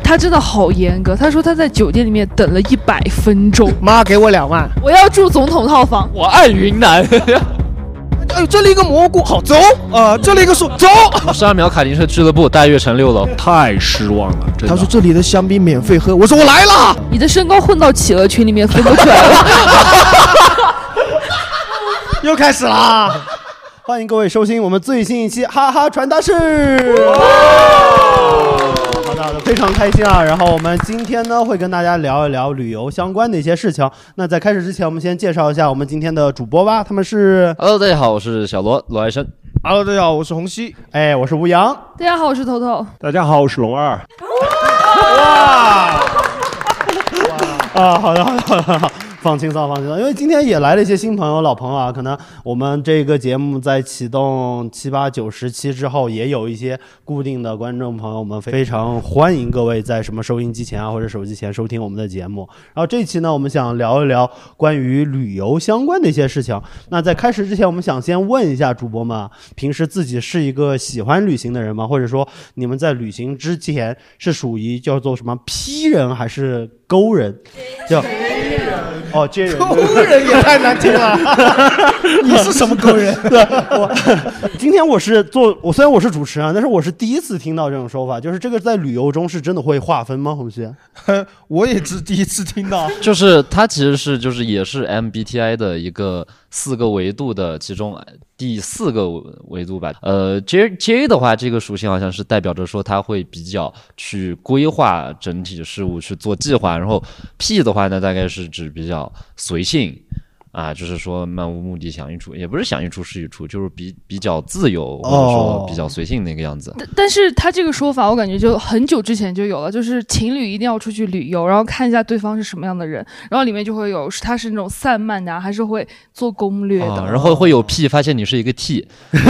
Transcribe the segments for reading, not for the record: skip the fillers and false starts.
他真的好严格，他说他在酒店里面等了100分钟。 妈给我2万， 我要住总统套房。 我爱云南。 哎呦，这里一个蘑菇，好走这里一个树，走。 12秒卡丁车俱乐部大悦城6楼， 太失望了。 他说这里的香槟免费喝，我说我来了。 你的身高混到企鹅群里面分不出来了。 又开始啦！欢迎各位收听我们最新一期哈哈传达室。好的，非常开心啊！然后我们今天呢会跟大家聊一聊旅游相关的一些事情。那在开始之前，我们先介绍一下我们今天的主播吧。他们是 Hello， 大家好，我是小罗爱生。 Hello， 大家好，我是红熙。 哎，我是吴阳。 大家好，我是头头。 大家好，我是龙二。 哇！好的，放轻松，因为今天也来了一些新朋友、老朋友啊。可能我们这个节目在启动7、8、9、10期之后，也有一些固定的观众朋友们，非常欢迎各位在什么收音机前啊或者手机前收听我们的节目。然后这期呢，我们想聊一聊关于旅游相关的一些事情。那在开始之前，我们想先问一下主播们，平时自己是一个喜欢旅行的人吗？或者说你们在旅行之前是属于叫做什么批人还是勾人？叫接人， 勾人也太难听了。你是什么勾人？ 今天我虽然我是主持人，但是我是第一次听到这种说法，就是这个在旅游中是真的会划分吗？红熙， 我也是第一次听到。 就是它其实是也是 MBTI 的一个4个维度的其中第4个维度吧。J 的话，这个属性好像是代表着说他会比较去规划整体事物，去做计划。然后 P 的话呢，大概是指比较随性啊，就是说漫无目的想一出，也不是想一出是一出，就是比较自由，或者说比较随性那个样子。 但是他这个说法，我感觉就很久之前就有了，就是情侣一定要出去旅游，然后看一下对方是什么样的人，然后里面就会有他是那种散漫的，还是会做攻略的， 然后会有 P 发现你是一个 T。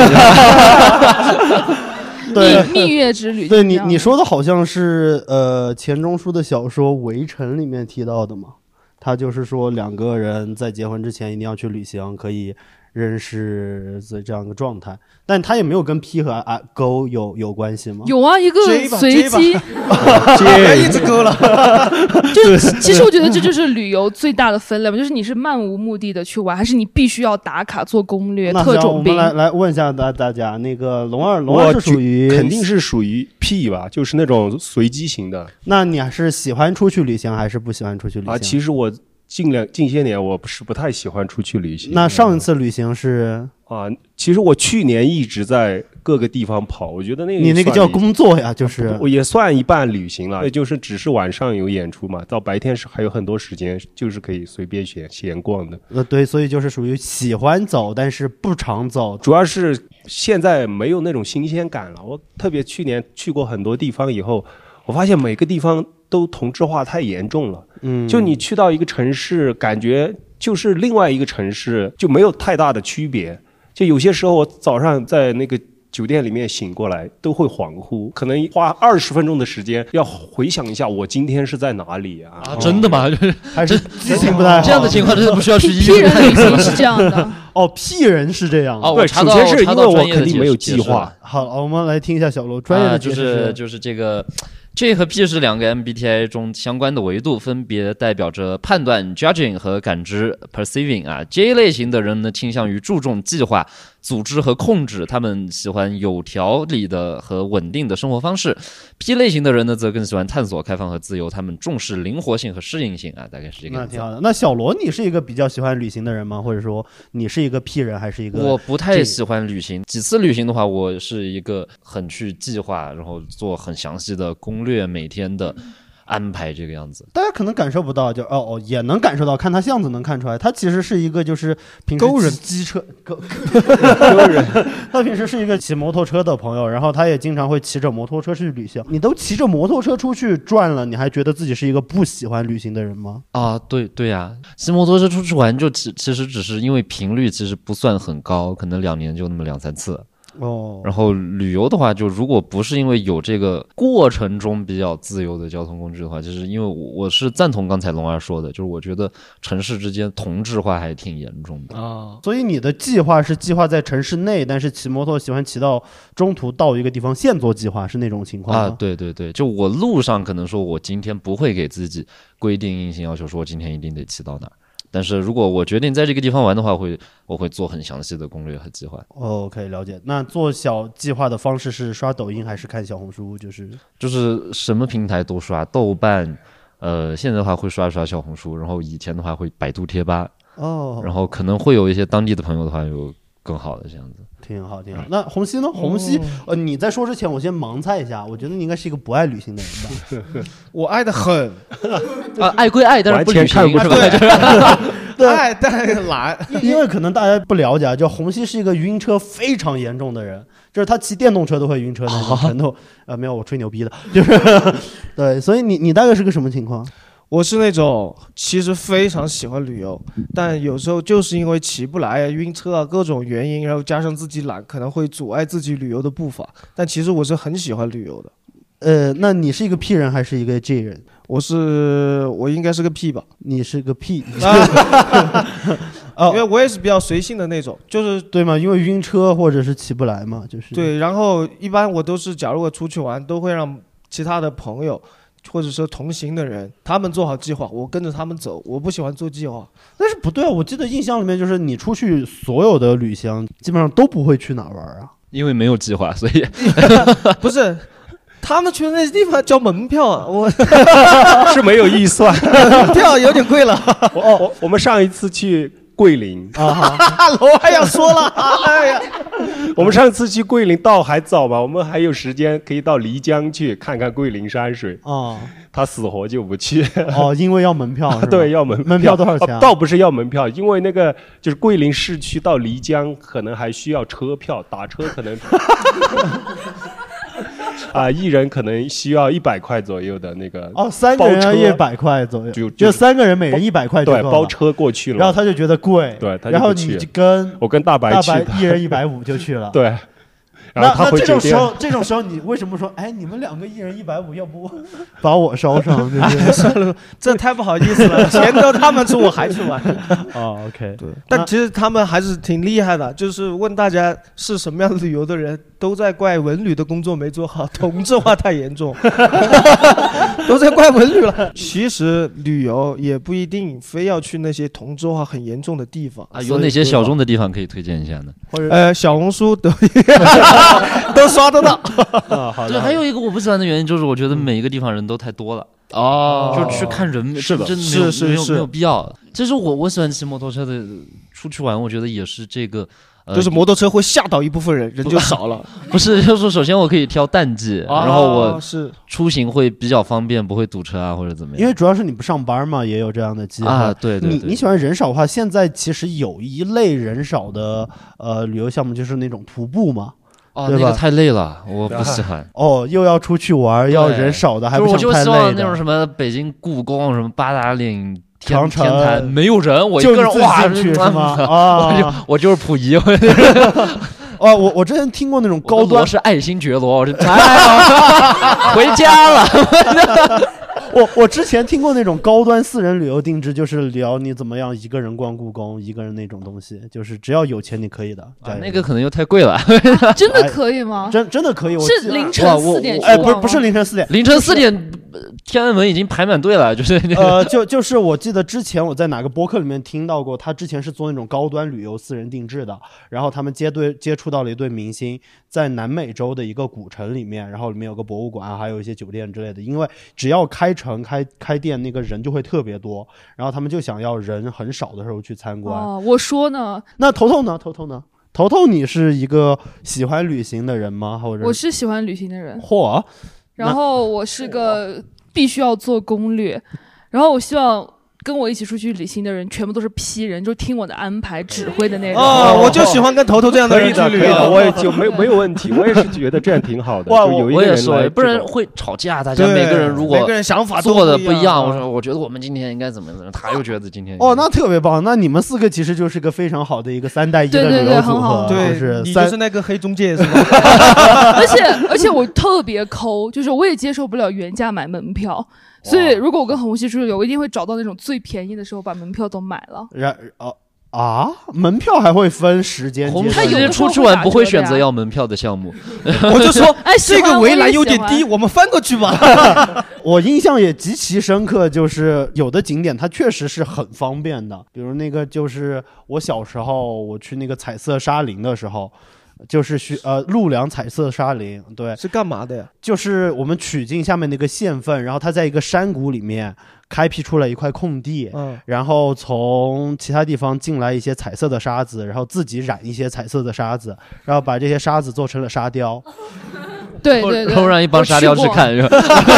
对， 蜜月之旅。 对你说的好像是钱钟书的小说《围城》里面提到的嘛。他就是说2个人在结婚之前一定要去旅行，可以认识这样一个状态。但他也没有跟 P 和勾有关系吗？ 有啊，一个随机一直勾了。 就其实我觉得这就是旅游最大的分类嘛，就是你是漫无目的的去玩，还是你必须要打卡做攻略特种兵。 我们来问一下大家，那个龙二是属于肯定是属于 P 吧，就是那种随机型的。 那你还是喜欢出去旅行还是不喜欢出去旅行？ 其实我近些年我不太喜欢出去旅行。 那上一次旅行是其实我去年一直在各个地方跑，我觉得你那个叫工作呀，就是我也算一半旅行了，就是只是晚上有演出嘛，到白天还有很多时间，就是可以随便闲逛的。 对，所以就是属于喜欢走，但是不常走。 主要是现在没有那种新鲜感了。我特别去年去过很多地方以后，我发现每个地方都同质化太严重了。就你去到一个城市，感觉就是另外一个城市，就没有太大的区别。就有些时候我早上在那个酒店里面醒过来都会恍惚，可能花20分钟的时间要回想一下我今天是在哪里啊。 真的吗？ 还是记性不太好？ 这样的情况真的不需要去医院。P 人旅行是这样的。 P 人是这样。 对，首先是因为我肯定没有计划。 好，我们来听一下小罗专业的解释。 就是这个。J 和 P 是2个 MBTI 中相关的维度，分别代表着判断 judging 和感知 perceiving 啊。J 类型的人呢，倾向于注重计划、组织和控制，他们喜欢有条理的和稳定的生活方式。P 类型的人呢，则更喜欢探索、开放和自由，他们重视灵活性和适应性啊，大概是这个样子。 那挺好的。那小罗，你是一个比较喜欢旅行的人吗？或者说你是一个 P 人还是一个？ 我不太喜欢旅行。几次旅行的话，我是一个很去计划，然后做很详细的攻略，每天的安排这个样子。 大家可能感受不到，就也能感受到，看他样子能看出来，他其实是一个就是平时勾人机车勾人，他平时是一个骑摩托车的朋友，然后他也经常会骑着摩托车去旅行。你都骑着摩托车出去转了，你还觉得自己是一个不喜欢旅行的人吗？ 对呀，骑摩托车出去玩就其实只是因为频率其实不算很高，可能2年就那么2、3次。 然后旅游的话，就如果不是因为有这个过程中比较自由的交通工具的话，就是因为我是赞同刚才龙儿说的，就是我觉得城市之间同质化还挺严重的啊。所以你的计划是计划在城市内，但是骑摩托喜欢骑到中途到一个地方现做计划，是那种情况吗？ 啊，对对对，就我路上可能说我今天不会给自己规定硬性要求，说我今天一定得骑到哪儿。但是如果我决定在这个地方玩的话，我会做很详细的攻略和计划。 OK， 了解。那做小计划的方式是刷抖音还是看小红书？就是什么平台都刷，豆瓣，现在的话会刷小红书，然后以前的话会百度贴吧，然后可能会有一些当地的朋友的话有更好的这样子。 挺好，挺好。那虹吸呢？虹吸，你在说之前，我先盲猜一下，我觉得你应该是一个不爱旅行的人吧？ 我爱得很， 爱归爱，但是不旅行是吧？ 爱但是懒。 因为可能大家不了解啊，就虹吸是一个晕车非常严重的人，就是他骑电动车都会晕车的那种程度。没有，我吹牛逼的，就是对。所以你大概是个什么情况？ 我是那种其实非常喜欢旅游，但有时候就是因为起不来、晕车啊各种原因，然后加上自己懒，可能会阻碍自己旅游的步伐。但其实我是很喜欢旅游的。 那你是一个 P 人还是一个 J 人？ 我应该是个 P 吧。 你是个 P， 因为我也是比较随性的那种，就是对吗？因为晕车或者是起不来嘛，就是对。然后一般我都是，假如我出去玩，都会让其他的朋友或者说同行的人，他们做好计划，我跟着他们走。我不喜欢做计划。 但是不对啊，我记得印象里面就是你出去所有的旅行基本上都不会去哪玩啊， 因为没有计划，所以不是。他们去的那些地方交门票啊，我是没有预算， 门票有点贵了。 我们上一次去桂林啊，我还要说了，哎呀， 我们上次去桂林到还早吧，我们还有时间可以到漓江去看看桂林山水啊。 他死活就不去因为要门票对，要门票多少钱倒不是要门票，因为那个就是桂林市区到漓江可能还需要车票，打车可能一人可能需要100块左右的那个 3个人要100块左右，就3个人每人100块就够了， 对，包车过去了。 然后他就觉得贵， 对， 然后你我跟大白去， 一人150就去了， 对。然后他那这种时候你为什么说，哎，你们2个一人150，要不把我捎上？ 这太不好意思了，钱都他们出，我还去玩。 OK， 对。但其实他们还是挺厉害的，就是问大家是什么样旅游的人，都在怪文旅的工作没做好，同质化太严重，都在怪文旅了。其实旅游也不一定非要去那些同质化很严重的地方啊，有哪些小众的地方可以推荐一下呢？ 或者小红书都刷得到。 好的。 对，还有一个我不喜欢的原因就是，我觉得每一个地方人都太多了。就是去看人， 是的， 真的没有必要。这是我喜欢骑摩托车的，出去玩，我觉得也是这个。 就是摩托车会吓倒一部分人，人就少了。 不是，就是说，首先我可以挑淡季，然后我是出行会比较方便，不会堵车啊或者怎么样。 因为主要是你不上班嘛，也有这样的机会啊。对。 你喜欢人少的话，现在其实有一类人少的旅游项目，就是那种徒步嘛。 那个太累了，我不喜欢。 又要出去玩，要人少的，还不想太累的。 我就希望那种什么北京故宫、什么八达岭、 长城天坛没有人，我一个人哇去是吗？ 我就是溥仪。 我之前听过那种高端， 我是爱新觉罗，回家了。 我之前听过那种高端私人旅游定制，就是聊你怎么样一个人逛故宫，一个人那种东西，就是只要有钱你可以的。 那个可能又太贵了。 真的可以吗？ 真的可以。 是凌晨4点去逛吗？ 不是凌晨4点， 凌晨4点天安门已经排满队了，就是就是我记得之前我在哪个播客里面听到过，他之前是做那种高端旅游私人定制的，然后他们接触到了一对明星，在南美洲的一个古城里面，然后里面有个博物馆，还有一些酒店之类的，因为只要开城开店，那个人就会特别多，然后他们就想要人很少的时候去参观。 我说呢， 那头头呢？头头，你是一个喜欢旅行的人吗？或者我是喜欢旅行的人。 嚯！ 然后我是个必须要做攻略，然后我希望跟我一起出去旅行的人全部都是 P 人，就听我的安排指挥的那种。 我就喜欢跟头头这样的人去旅游。 我也就没有问题，我也是觉得这样挺好的。就有一个人来， 不然会吵架。大家每个人如果每个人想法做的不一样，我觉得我们今天应该怎么，他又觉得今天那特别棒。那你们4个其实就是个非常好的一个3带1的旅游组合。 对，你就是那个黑中介是吧？ 而且我特别抠，就是我也接受不了原价买门票，所以如果我跟洪熙出去旅游，我一定会找到那种最便宜的时候把门票都买了。 门票还会分时间？ 洪熙出去玩不会选择要门票的项目。 我就说，这个围栏有点低，我们翻过去吧。 我印象也极其深刻，就是有的景点它确实是很方便的，比如那个就是我小时候我去那个彩色沙林的时候。就是陆良彩色沙林，对， 是干嘛的呀？ 就是我们取进下面那个县份，然后它在一个山谷里面开辟出了一块空地，然后从其他地方进来一些彩色的沙子，然后自己染一些彩色的沙子，然后把这些沙子做成了沙雕。 对， 然后让一帮沙雕去看，是吧？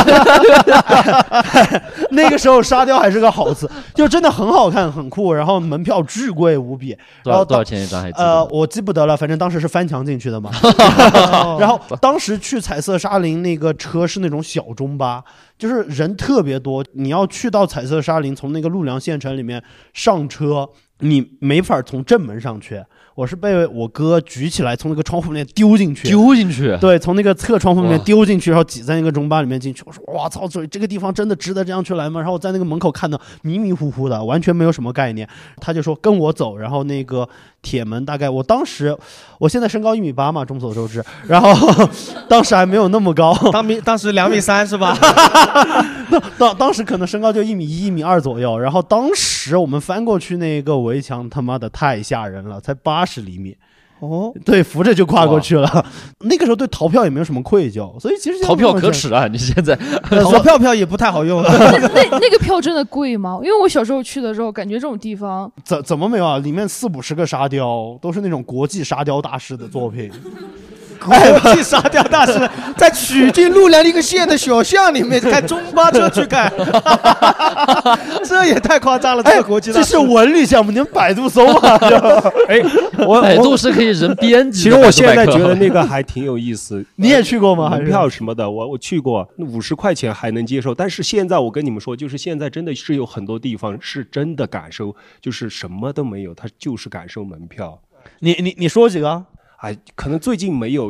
那个时候沙雕还是个好词，就真的很好看，很酷。然后门票巨贵无比，然后多少钱一张？还记得？ 我记不得了，反正当时是翻墙进去的嘛。然后当时去彩色沙林那个车是那种小中巴，就是人特别多。你要去到彩色沙林，从那个陆良县城里面上车，你没法从正门上去。我是被我哥举起来，从那个窗户里面丢进去。对，从那个侧窗户里面丢进去，然后挤在那个中巴里面进去。我说哇操，这个地方真的值得这样去来吗？然后我在那个门口看到迷迷糊糊的，完全没有什么概念。他就说跟我走，然后那个铁门大概我现在身高1.8米嘛，众所周知，然后当时还没有那么高， 当时2.3米是吧？ 当时可能身高就1.1米、1.2米左右。然后当时我们翻过去那个围墙，他妈的太吓人了，才80厘米。对，扶着就跨过去了。那个时候对逃票也没有什么愧疚，所以其实逃票可耻啊！你现在逃票也不太好用。 那个票真的贵吗？因为我小时候去的时候，感觉这种地方怎么没有啊？里面40-50个沙雕，都是那种国际沙雕大师的作品。 国际沙雕大师在取进陆良一个县的小巷里面开中巴车去开，这也太夸张了！这个国际大师， 这是文旅项目，你们百度搜嘛？ 百度是可以人编辑。 其实我现在觉得那个还挺有意思。 你也去过吗？ 门票什么的，我去过，50块钱还能接受。但是现在我跟你们说，就是现在真的是有很多地方是真的感受，就是什么都没有，它就是感受门票。 你说几个？ 可能最近没有。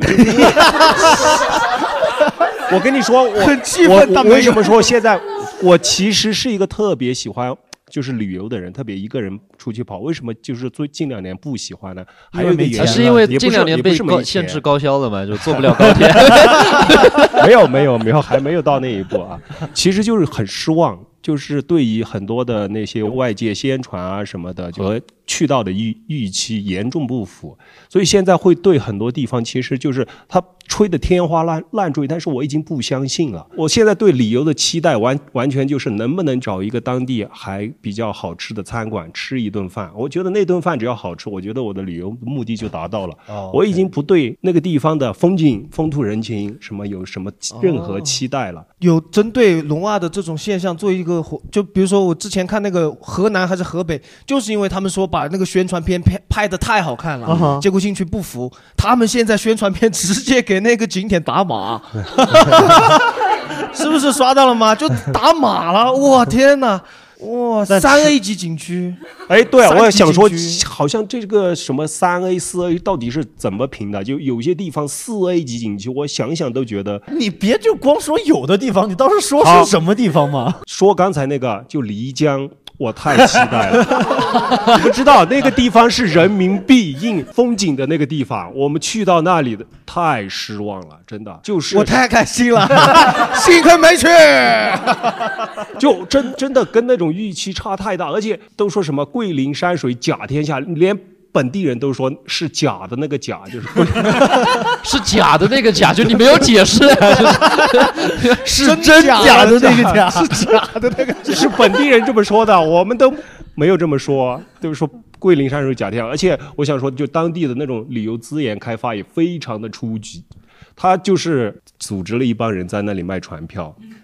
我跟你说， 很气愤。 我为什么说现在我其实是一个特别喜欢就是旅游的人，特别一个人出去跑。为什么就是近2年不喜欢呢？还有一个原因是因为近2年被限制高消了嘛，就坐不了高铁。 没有，还没有到那一步啊。其实就是很失望。就是对于很多的那些外界宣传啊什么的，和去到的预期严重不符，所以现在会对很多地方其实就是他吹的天花乱坠，但是我已经不相信了。我现在对旅游的期待完全就是能不能找一个当地还比较好吃的餐馆吃一顿饭，我觉得那顿饭只要好吃，我觉得我的旅游目的就达到了。我已经不对那个地方的风景、风土人情有什么任何期待了。 有针对龙二的这种现象做一个，就比如说我之前看那个河南还是河北，就是因为他们说把那个宣传片拍得太好看了，结果进去不服，他们现在宣传片直接给那个景点打码。是不是刷到了吗？就打码了，哇天哪！哇，3A 级景区。 对啊，我也想说，好像这个什么3A、4A 到底是怎么评的？就有些地方4A 级景区，我想想都觉得。 你别就光说有的地方，你倒是说是什么地方嘛？ 说刚才那个就漓江。我太期待了，你们知道那个地方是人民币印风景的那个地方，我们去到那里的太失望了，真的就是我太开心了，幸亏没去， 就真的跟那种预期差太大，而且都说什么桂林山水甲天下，连本地人都说是假的那个假，就是是假的那个假，就你没有解释， 是真假的那个假， 是假的那个假， 是本地人这么说的，我们都没有这么说，就是说桂林山水甲天下。而且我想说，就当地的那种旅游资源开发也非常的初级，他就是组织了一帮人在那里卖船票。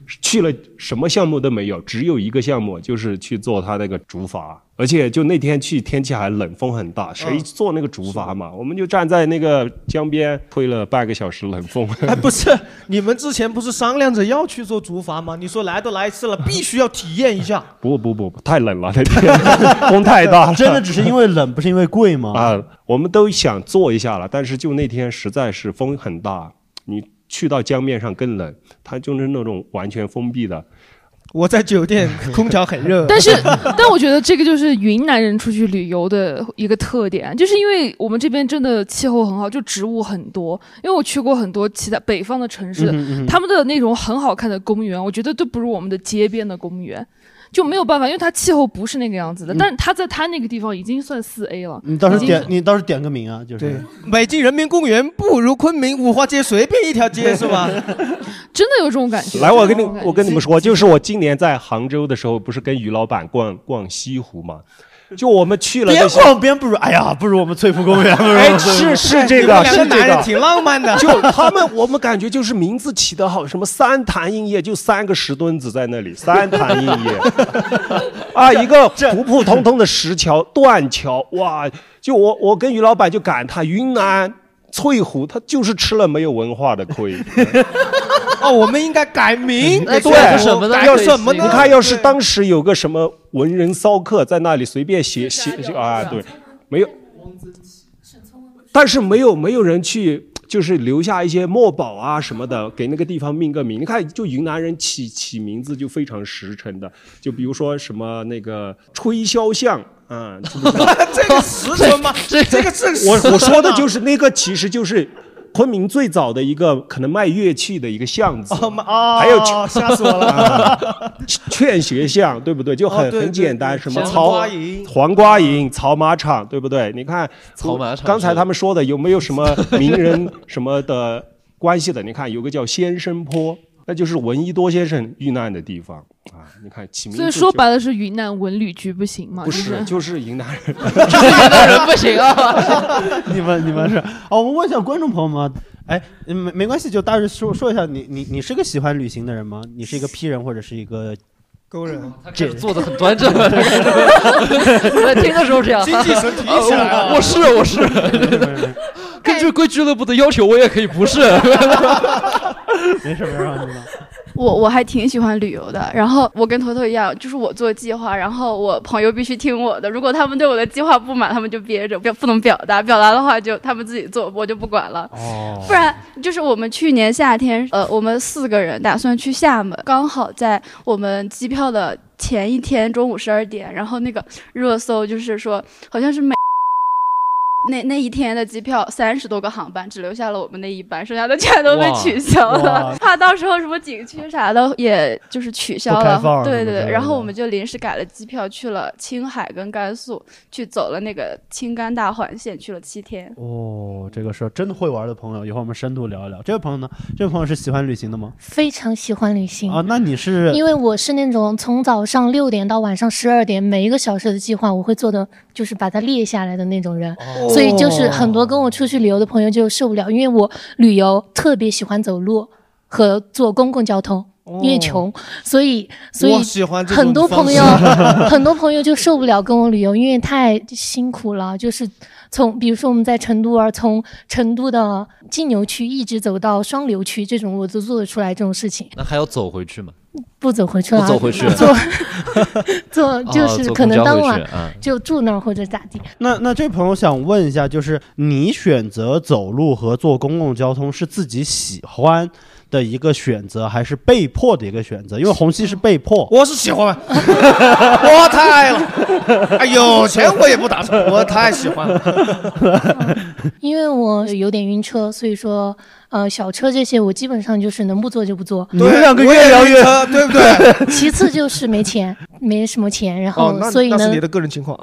去了什么项目都没有，只有一个项目就是去做他那个竹筏，而且就那天去天气还冷，风很大，谁做那个竹筏嘛？我们就站在那个江边吹了半个小时冷风。 哎，不是，你们之前不是商量着要去做竹筏吗？你说来都来一次了，必须要体验一下。 不，太冷了那天，风太大了。 真的只是因为冷，不是因为贵吗？ 啊，我们都想做一下了，但是就那天实在是风很大，你去到江面上更冷，它就是那种完全封闭的。 我在酒店，空调很热。 但我觉得这个就是云南人出去旅游的一个特点，就是因为我们这边真的气候很好，就植物很多。因为我去过很多其他北方的城市，他们的那种很好看的公园，我觉得都不如我们的街边的公园。就没有办法，因为它气候不是那个样子的，但是它在它那个地方已经算4A 了。 你倒是点个名啊，就是北京人民公园不如昆明五花街随便一条街是吧？ 真的有这种感觉。 来，我跟你们说，就是我今年在杭州的时候，不是跟于老板逛西湖吗？就我们去了， 边逛边不如，哎呀，不如我们翠湖公园。 哎，是这个，是这个， 挺浪漫的。 就我们感觉就是名字起得好，什么三潭印业，就3个石墩子在那里，三潭印业，啊，一个普普通通的石桥断桥，哇！就我跟于老板就感叹，云南翠湖，他就是吃了没有文化的亏。 哦，我们应该改名。 对，什么呢？ 要什么呢？ 你看，要是当时有个什么文人骚客在那里随便写啊，对，没有，但是没有人去，就是留下一些墨宝啊什么的，给那个地方命个名。你看，就云南人起名字就非常实诚的，就比如说什么那个吹箫巷。 这个实诚吗？这个是我说的就是那个，其实就是昆明最早的一个可能卖乐器的一个巷子。还有吓死我了！ 劝学巷，对不对？就很简单，什么黄瓜营、 草马场，对不对？你看草马场， 刚才他们说的有没有什么名人什么的关系的？你看有个叫先生坡，那就是闻一多先生遇难的地方啊！你看起名字， 所以说白了是云南文旅局不行吗？ 不是，就是云南人， 就是云南人不行啊！ 你们是我们问一下观众朋友们，哎，没关系，就大致说一下，你是个喜欢旅行的人吗？你是一个 P 人或者是一个勾人？ 这坐得很端正，在听的时候这样， 经济神提起来了。 我是。根据贵俱乐部的要求，我也可以不是。 没事， 我还挺喜欢旅游的，然后我跟头头一样，就是我做计划，然后我朋友必须听我的，如果他们对我的计划不满，他们就憋着，不能表达的话就他们自己做，我就不管了。不然就是我们去年夏天，我们4个人打算去厦门，刚好在我们机票的前一天中午12点，然后那个热搜就是说好像是那一天的机票30多个航班，只留下了我们那一班，剩下的全都被取消了。怕到时候什么景区啥的，也就是取消了。对，然后我们就临时改了机票，去了青海跟甘肃，去走了那个青甘大环线，去了7天。 哦，这个是真的会玩的朋友，一会儿我们深度聊一聊。这位朋友呢？这位朋友是喜欢旅行的吗？ 非常喜欢旅行啊。那你是？因为我是那种从早上6点到晚上12点，每一个小时的计划我会做的，就是把它列下来的那种人。所以就是很多跟我出去旅游的朋友就受不了，因为我旅游特别喜欢走路和坐公共交通，因为穷，所以很多朋友就受不了跟我旅游，因为太辛苦了。就是比如说我们在成都从成都的金牛区一直走到双流区，这种我都做得出来这种事情。 那还要走回去吗？ 不走回去了， 不走回去， 坐就是可能当晚就住那儿或者咋地。 那这朋友想问一下，就是你选择走路和坐公共交通是自己喜欢的一个选择，还是被迫的一个选择？因为红熙是被迫， 我是喜欢，我太爱了，有钱我也不打算，我太喜欢了。 因为我有点晕车，所以说小车这些我基本上就是能不坐就不坐。 你们2个越聊越对不对？ 其次就是没钱，没什么钱，然后所以那是你的个人情况。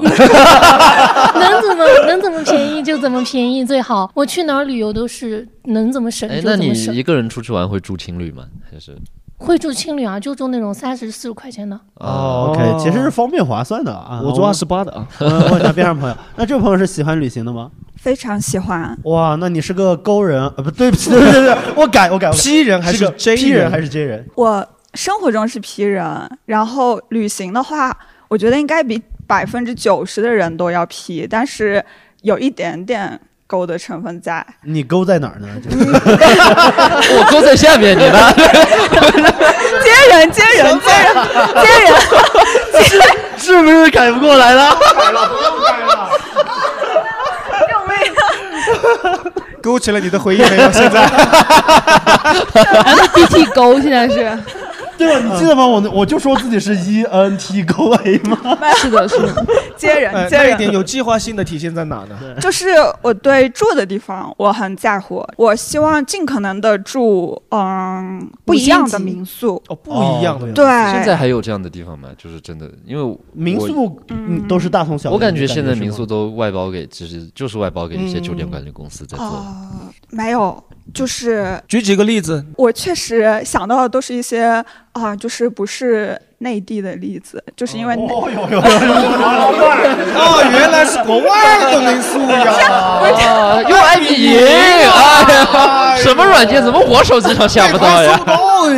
能怎么便宜就怎么便宜最好。我去哪儿旅游都是能怎么省就怎么省。 那你一个人出去玩会住青旅吗？还是？ 会住青旅啊，就住那种30、40块钱的。 OK， 其实是方便划算的啊。 我住28的啊。 问一下边上朋友，那这位朋友是喜欢旅行的吗？ 非常喜欢。 哇，那你是个勾人不对不起，我改 P 人还是 J 人还是 J 人？ 我生活中是 P 人，然后旅行的话，我觉得应该比90%的人都要 P， 但是有一点点勾的成分在。 你勾在哪儿呢？ 我勾在下面，你呢？ 接人， 是不是改不过来了？ 改了，不用改了。勾起了你的回忆没有？现在 ，MBT 勾现在是。 对吧？你记得吗？我就说自己是 ENT 勾 A 吗？ 是的，是的。 接人。 那一点有计划性的体现在哪呢？ 就是我对住的地方我很在乎，我希望尽可能的住不一样的民宿。 不一样的。 对。 现在还有这样的地方吗？就是真的，因为民宿都是大同小异。 我感觉现在民宿都外包给，其实就是外包给一些酒店管理公司在做。 没有。就是举几个例子， 我确实想到的都是一些就是不是内地的例子，就是因为原来是国外的民宿呀， 用IPE，什么软件怎么我手机上下不到呀？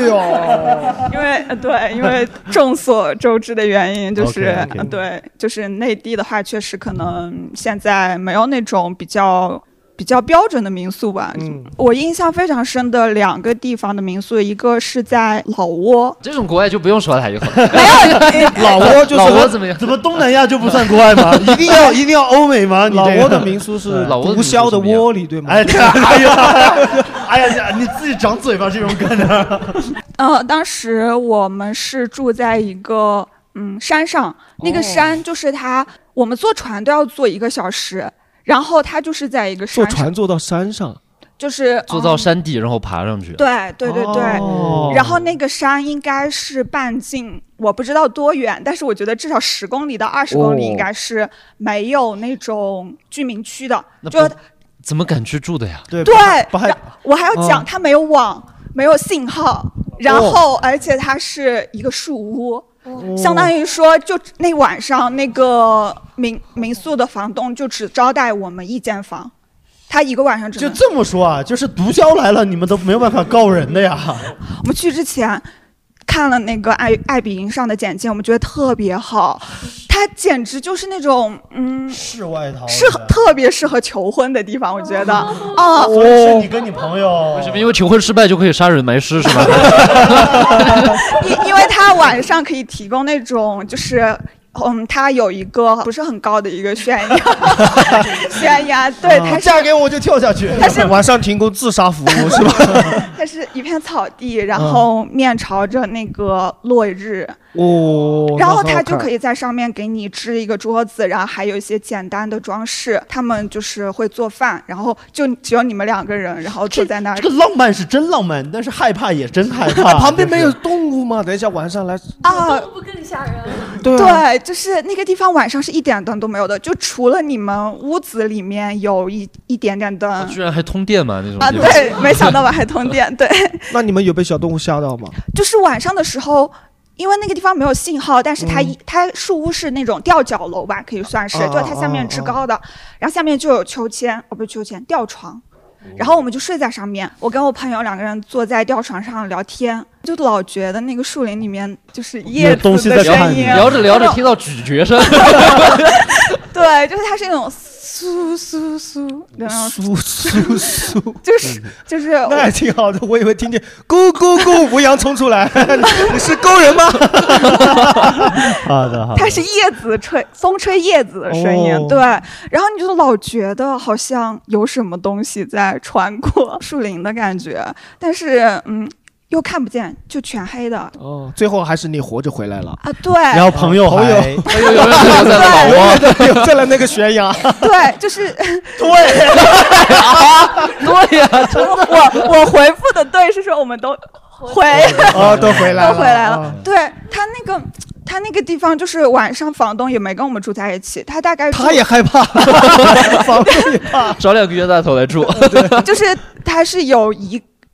因为众所周知的原因，就是对，就是内地的话，确实可能现在没有那种比较标准的民宿吧。我印象非常深的2个地方的民宿，一个是在老挝。 这种国外就不用说了，以后没有老挝就是老挝怎么样？ 怎么东南亚就不算国外吗？一定要欧美吗？ 老挝的民宿是毒枭的窝里，对吗？ 哎呀，你自己长嘴巴这种梗的。 当时我们是住在一个山上，那个山就是我们坐船都要坐1个小时。然后它就是在一个山上， 坐船坐到山上， 就是坐到山底，然后爬上去。 对。然后那个山应该是半径，我不知道多远，但是我觉得至少10公里到20公里应该是没有那种居民区的。就怎么敢去住的呀？ 对，我还要讲，它没有网，没有信号，然后而且它是一个树屋。相当于说，就那晚上那个民宿的房东就只招待我们1间房，他1个晚上只能。 就这么说啊，就是毒枭来了，你们都没有办法告人的呀。 我们去之前看了那个爱彼迎上的简介，我们觉得特别好，它简直就是那种世外桃， 特别适合求婚的地方，我觉得。 所以是你跟你朋友？ 为什么？因为求婚失败就可以杀人埋尸是吗？ 因为他晚上可以提供那种就是它有一个不是很高的一个悬崖，对，它嫁给我就跳下去。 它是晚上提供自杀服务是吧？ 它是一片草地，然后面朝着那个落日。然后他就可以在上面给你支一个桌子，然后还有一些简单的装饰。他们就是会做饭，然后就只有你们2个人，然后坐在那儿。 这个浪漫是真浪漫，但是害怕也真害怕。 旁边没有动物吗？等一下晚上来动物不更吓人？ 对，就是那个地方晚上是一点灯都没有的，就除了你们屋子里面有一点点灯。 居然还通电吗？那种对，没想到吧，还通电。对。 那你们有被小动物吓到吗？ 就是晚上的时候。因为那个地方没有信号，但是它树屋是那种吊脚楼吧，可以算是，就是它下面支高的，然后下面就有吊床，然后我们就睡在上面。我跟我朋友2个人坐在吊床上聊天，就老觉得那个树林里面就是叶子的声音， 聊着聊着听到咀嚼声。 对，就是它是那种酥酥酥的那种酥， 就是那还挺好的。我以为听见咕咕咕，吴阳冲出来，你是勾人吗？ 好的， 它是风吹叶子的声音，对。然后你就老觉得好像有什么东西在穿过树林的感觉，但是又看不见，就全黑的。 最后还是你活着回来了啊！对。 然后朋友有人留在了老挝， 留在了那个悬崖。 对，就是对呀， 我回复的对是说我们都都回来了。对，他那个地方就是晚上房东也没跟我们住在一起，他大概他也害怕，房东也怕， 找2个冤大头来住。 就是他是有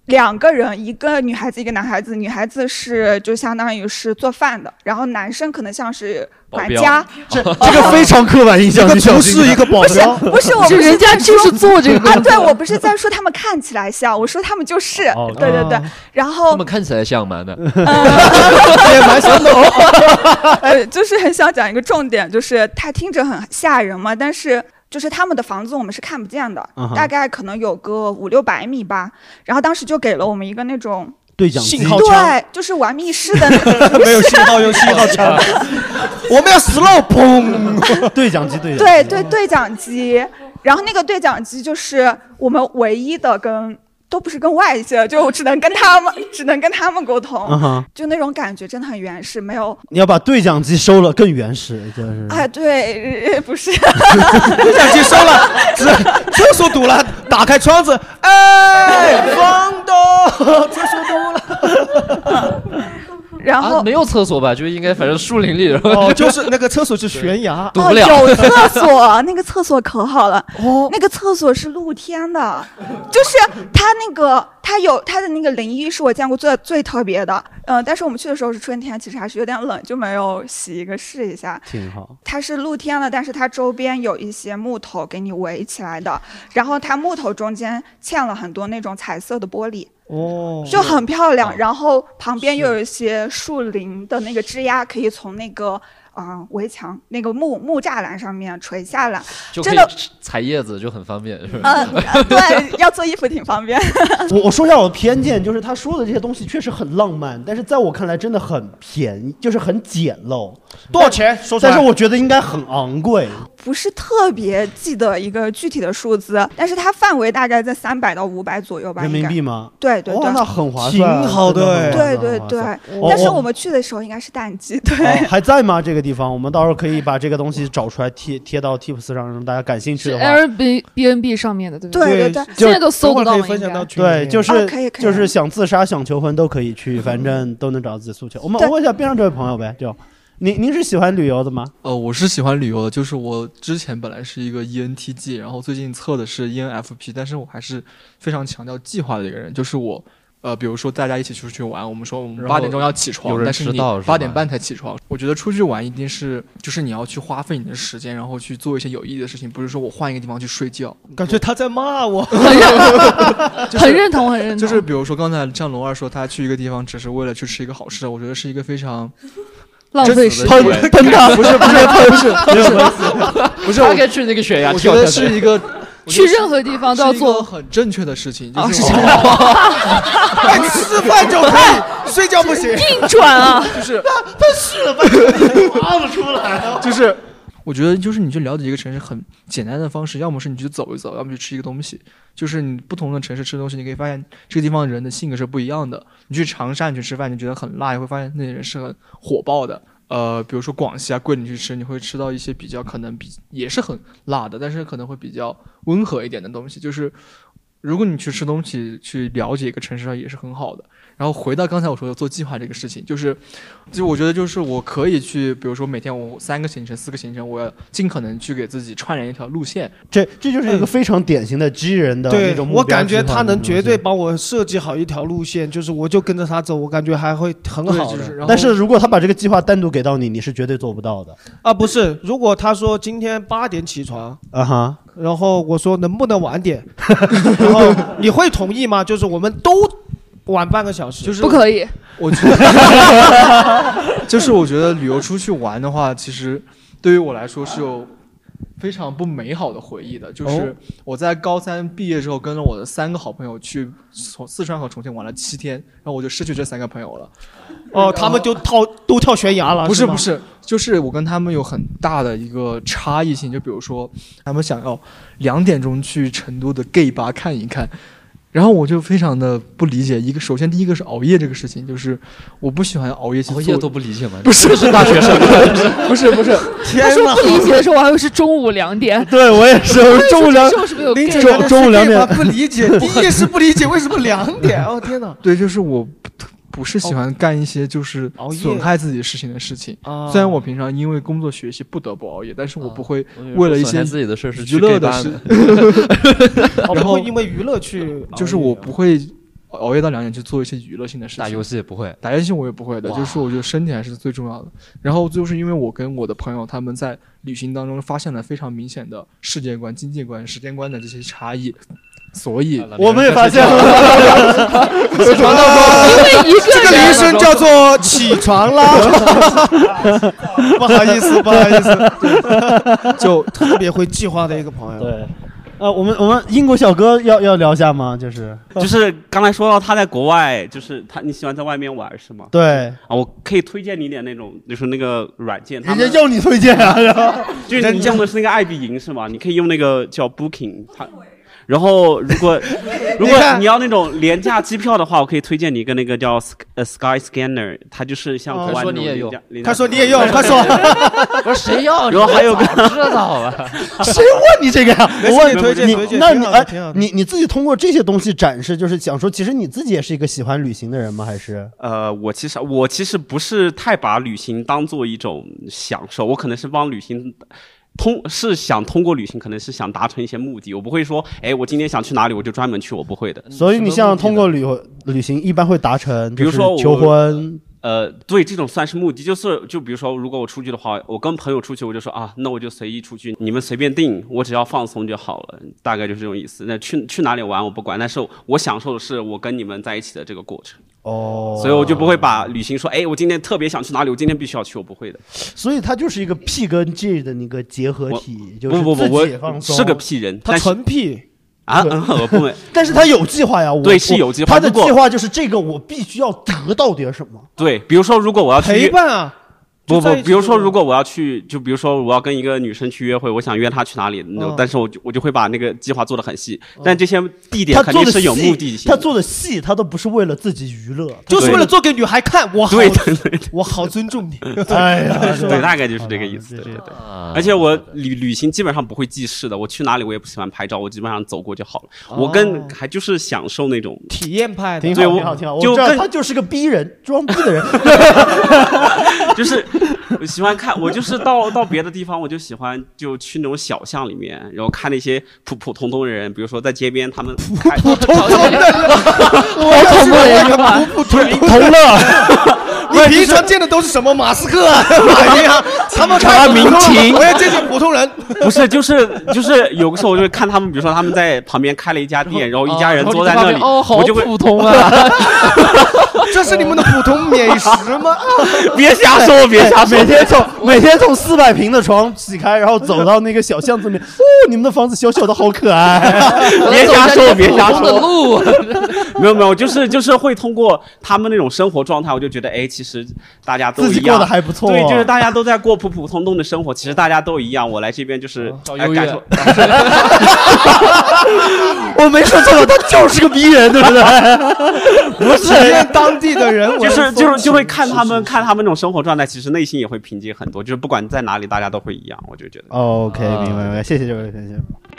2个人，一个女孩子，一个男孩子。女孩子是就相当于是做饭的，然后男生可能像是管家。 这个非常刻板印象， 这个不是一个保镖， 不是，我不是人家就是做这个啊，对，我不是在说他们看起来像，我说他们就是，对对对。然后他们看起来像吗？的， 也蛮像的。 就是很想讲一个重点，就是他听着很吓人嘛，但是。就是他们的房子我们是看不见的，大概可能有个500-600米吧。然后当时就给了我们一个那种对讲机， 对，就是玩密室的那个没有信号用信号枪，我们要 slow 砰， 对讲机， 对讲机。然后那个对讲机就是我们唯一的都不是跟外界，就只能跟他们沟通，就那种感觉真的很原始，没有。 你要把对讲机收了更原始，就是。 哎，对，不是， 对讲机收了，厕所堵了，打开窗子，哎，房东，厕所堵了。 然后没有厕所吧，就应该反正树林里，然后就是那个厕所是悬崖， 堵不了。 有厕所，那个厕所可好了，那个厕所是露天的，就是它的那个淋浴是我见过最特别的，但是我们去的时候是春天，其实还是有点冷，就没有洗一个试一下。 挺好。 它是露天的，但是它周边有一些木头给你围起来的，然后它木头中间嵌了很多那种彩色的玻璃。就很漂亮，然后旁边又有一些树林的那个枝丫，可以从那个围墙那个木栅栏上面垂下来，真的采叶子就很方便，是吧？ 对，要做衣服挺方便。 我说一下我的偏见，就是他说的这些东西确实很浪漫，但是在我看来真的很便宜，就是很简陋。 多少钱？说出来。 但是我觉得应该很昂贵。 不是特别记得一个具体的数字，但是它范围大概在300到500左右吧。 人民币吗？ 对对对， 那很划算， 挺好的。 对对对，但是我们去的时候应该是淡季。对， 还在吗？这个地方，我们到时候可以把这个东西找出来贴到 Tips 上，让大家感兴趣的话。 Airbnb 上面的，对不对？对对对， 现在都搜得到分享到群。 对，就是想自杀、想求婚都可以去，反正都能找到自己诉求。我问一下边上这位朋友呗，就。您是喜欢旅游的吗？ 我是喜欢旅游的，就是我之前本来是一个 ENTJ， 然后最近测的是 ENFP， 但是我还是非常强调计划的一个人，就是我比如说大家一起出去玩，我们说我们8点钟要起床，但是你8点半才起床。我觉得出去玩一定是就是你要去花费你的时间，然后去做一些有意义的事情，不是说我换一个地方去睡觉。 感觉他在骂我， 很认同。 就是比如说刚才像龙二说他去一个地方只是为了去吃一个好吃的，我觉得是一个非常浪费时间， 喷他， 不是， 他该去那个悬崖跳下去。 我觉得是一个去任何地方都要做很正确的事情，就是吃饭就可以，睡觉不行， 硬转啊！ 就是他试了半天，挖不出来。 就是我觉得就是你去了解一个城市很简单的方式，要么是你去走一走，要么去吃一个东西。就是你不同的城市吃东西，你可以发现这个地方人的性格是不一样的。你去长沙你去吃饭，你觉得很辣，你会发现那些人是很火爆的。比如说广西啊、桂林去吃，你会吃到一些比较可能也是很辣的，但是可能会比较温和一点的东西。就是如果你去吃东西，去了解一个城市也是很好的。然后回到刚才我说的做计划这个事情，就我觉得就是我可以去，比如说每天我3个行程、4个行程，我要尽可能去给自己串联一条路线。 这就是一个非常典型的 G 人的那种目标。 我感觉他能绝对帮我设计好一条路线，就是我就跟着他走，我感觉还会很好的。 但是如果他把这个计划单独给到你，你是绝对做不到的啊！不是，如果他说今天8点起床然后我说能不能晚点，然后你会同意吗？就是我们都晚半个小时， 就是不可以。 我觉得就是我觉得旅游出去玩的话，其实对于我来说是有非常不美好的回忆的。就是我在高3毕业之后，跟着我的3个好朋友去从四川和重庆玩了7天，然后我就失去这3个朋友了。 他们就都跳悬崖了？ 不是，就是我跟他们有很大的一个差异性。就比如说，他们想要2点钟去成都的 gay 吧看一看。然后我就非常的不理解，首先第一个是熬夜这个事情，就是我不喜欢熬夜去做。 熬夜都不理解吗？ 不是大学生， 不是。 他说不理解的时候，我还以为是中午2点。 对我也是，中午2点，中午2点不理解。第一是不理解为什么2点？哦天哪！ 对，就是我不是喜欢干一些就是损害自己事情的事情。虽然我平常因为工作学习不得不熬夜，但是我不会为了一些自己的事是娱乐的事， 然后因为娱乐去， 就是我不会熬夜到2点去做一些娱乐性的事情。 打游戏也不会， 打游戏我也不会的，就是我觉得身体还是最重要的。然后就是因为我跟我的朋友他们在旅行当中发现了非常明显的世界观、经济观、时间观的这些差异。所以我们也发现了， 起床了， 因为这个铃声叫做起床啦。不好意思，就特别会计划的一个朋友。 对，我们英国小哥要聊一下吗？就是刚才说到他在国外，就是你喜欢在外面玩是吗？ 对啊，我可以推荐你一点那种，就是那个软件， 人家要你推荐啊， 就是你用的是那个爱彼迎是吗？你可以用那个叫 Booking， 然后如果你要那种廉价机票的话，我可以推荐你一个那个叫Sky Scanner， 它就是像国外那种他说你也用，他说不是谁要？ 然后还有个知道了， 谁问你这个呀？我问推荐， 那你自己通过这些东西展示，就是想说，其实你自己也是一个喜欢旅行的人吗？还是我其实不是太把旅行当做一种享受，我可能是帮旅行。是想通过旅行，可能是想达成一些目的。我不会说，我今天想去哪里，我就专门去，我不会的。 所以你像通过旅行，一般会达成， 比如说求婚。 对，这种算是目的，就比如说，如果我出去的话，我跟朋友出去，我就说啊，那我就随意出去，你们随便定，我只要放松就好了，大概就是这种意思。那去哪里玩我不管，但是我享受的是我跟你们在一起的这个过程。所以我就不会把旅行说，我今天特别想去哪里，我今天必须要去，我不会的。 所以它就是一个 P 跟 J 的那个结合体，就是不， 自己也放松。 是个 P 人， 他纯 P。 我不会， 但是他有计划呀。 对，是有计划。 他的计划就是这个，我必须要得到点什么。 对，比如说，如果我要去陪伴啊。 不，比如说，如果我要去，就比如说我要跟一个女生去约会，我想约她去哪里，但是我就会把那个计划做得很细，但这些地点肯定是有目的性。 他做的细，他都不是为了自己娱乐， 就是为了做给女孩看。 对， 我好尊重你。 哎呀， 对，大概就是这个意思。对。而且我旅行基本上不会记事的，我去哪里我也不喜欢拍照，我基本上走过就好了。我还就是享受那种体验派的。 挺好。就他就是个逼人、装逼的人， 就是。我喜欢看，我就是到别的地方，我就喜欢就去那种小巷里面，然后看那些普普通通的人，比如说在街边他们开普通的人， 同乐。 你平常见的都是什么马斯克、马云啊？他们查民情， 我要见见普通人。 不是，就是有个时候我就会看他们，比如说他们在旁边开了一家店，然后一家人坐在那里， 好普通啊！ 这是你们的普通美食吗？ 别瞎说，别瞎说。 每天从400平的床起开，然后走到那个小巷子里面，你们的房子小小的好可爱。 别瞎说，别瞎说。 没有，就是会通过他们那种生活状态，我就觉得其实大家都一样， 自己过得还不错。 对，就是大家都在过普普通通的生活，其实大家都一样。我来这边就是感受。 我没说错，他就是个逼人，对不对？ 不是当地的人， 就会看他们那种生活状态，其实内心也会平静很多。就是不管在哪里，大家都会一样，我就觉得。 OK， 明白，谢谢这位先生。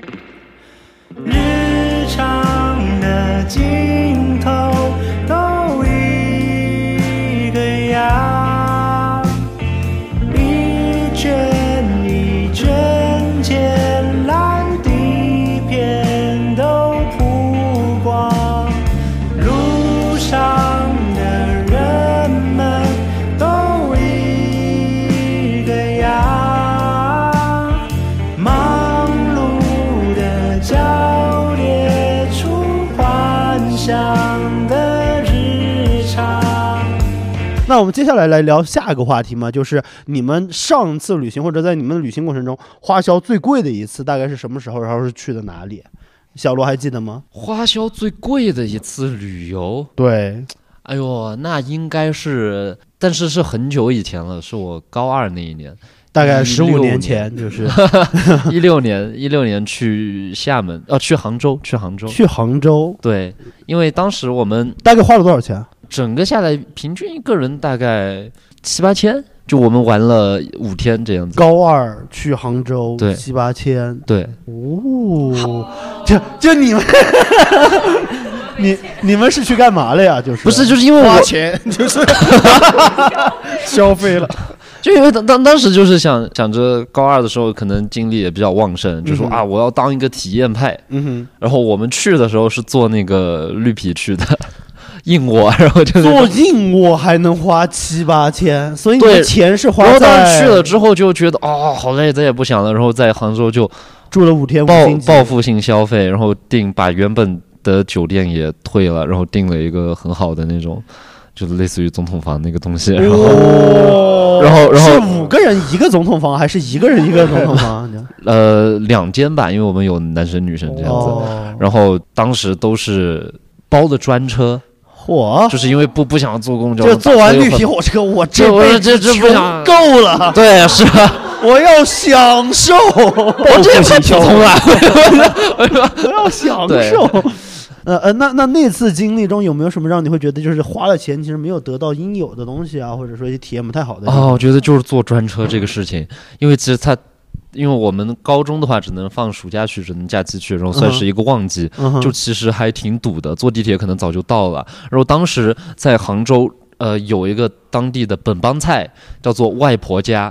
日常的尽头都一个样，一卷一卷浅蓝地片都曝光，路上的人们都一个样，忙碌的交叠出幻想的日常。 那我们接下来聊下一个话题嘛，就是你们上次旅行或者在你们的旅行过程中花销最贵的一次大概是什么时候，然后是去的哪里？小罗还记得吗？ 花销最贵的一次旅游， 对， 哎呦，那应该是，但是是很久以前了，是我高2那一年， 大概15年前，就是 16年去厦门，去杭州，对，因为当时我们大概花了多少钱？ 整个下来平均一个人大概7、8千，就我们玩了5天这样子。 高2去杭州， 对 ，7、8千， 对， 就你们。你们是去干嘛了呀？就是不是就是因为花钱，就是消费了。 就因为当时就是想着高2的时候可能精力也比较旺盛，就说我要当一个体验派。然后我们去的时候是坐那个绿皮去的。 硬卧，然后就做硬卧还能花7、8千，所以你的对钱是花在。 然后当时去了之后就觉得好累，再也不想了。然后在杭州就住了5天报复性消费，然后把原本的酒店也退了，然后订了一个很好的那种，就是类似于总统房那个东西。然后是5个人一个总统房，还是1个人一个总统房 ？2间吧，因为我们有男生女生这样子。然后当时都是包的专车。就是因为不想坐公交， 就坐完绿皮火车，我这辈子不想够了。 对，是吧？ 我要享受， 我这也太普通了， 我要享受。那次经历中有没有什么让你会觉得就是花了钱其实没有得到应有的东西啊，或者说一些体验不太好的？ 我觉得就是坐专车这个事情，因为其实因为我们高中的话只能放暑假去，只能假期去，然后算是一个旺季，就其实还挺堵的，坐地铁可能早就到了。然后当时在杭州，有一个当地的本帮菜叫做外婆家。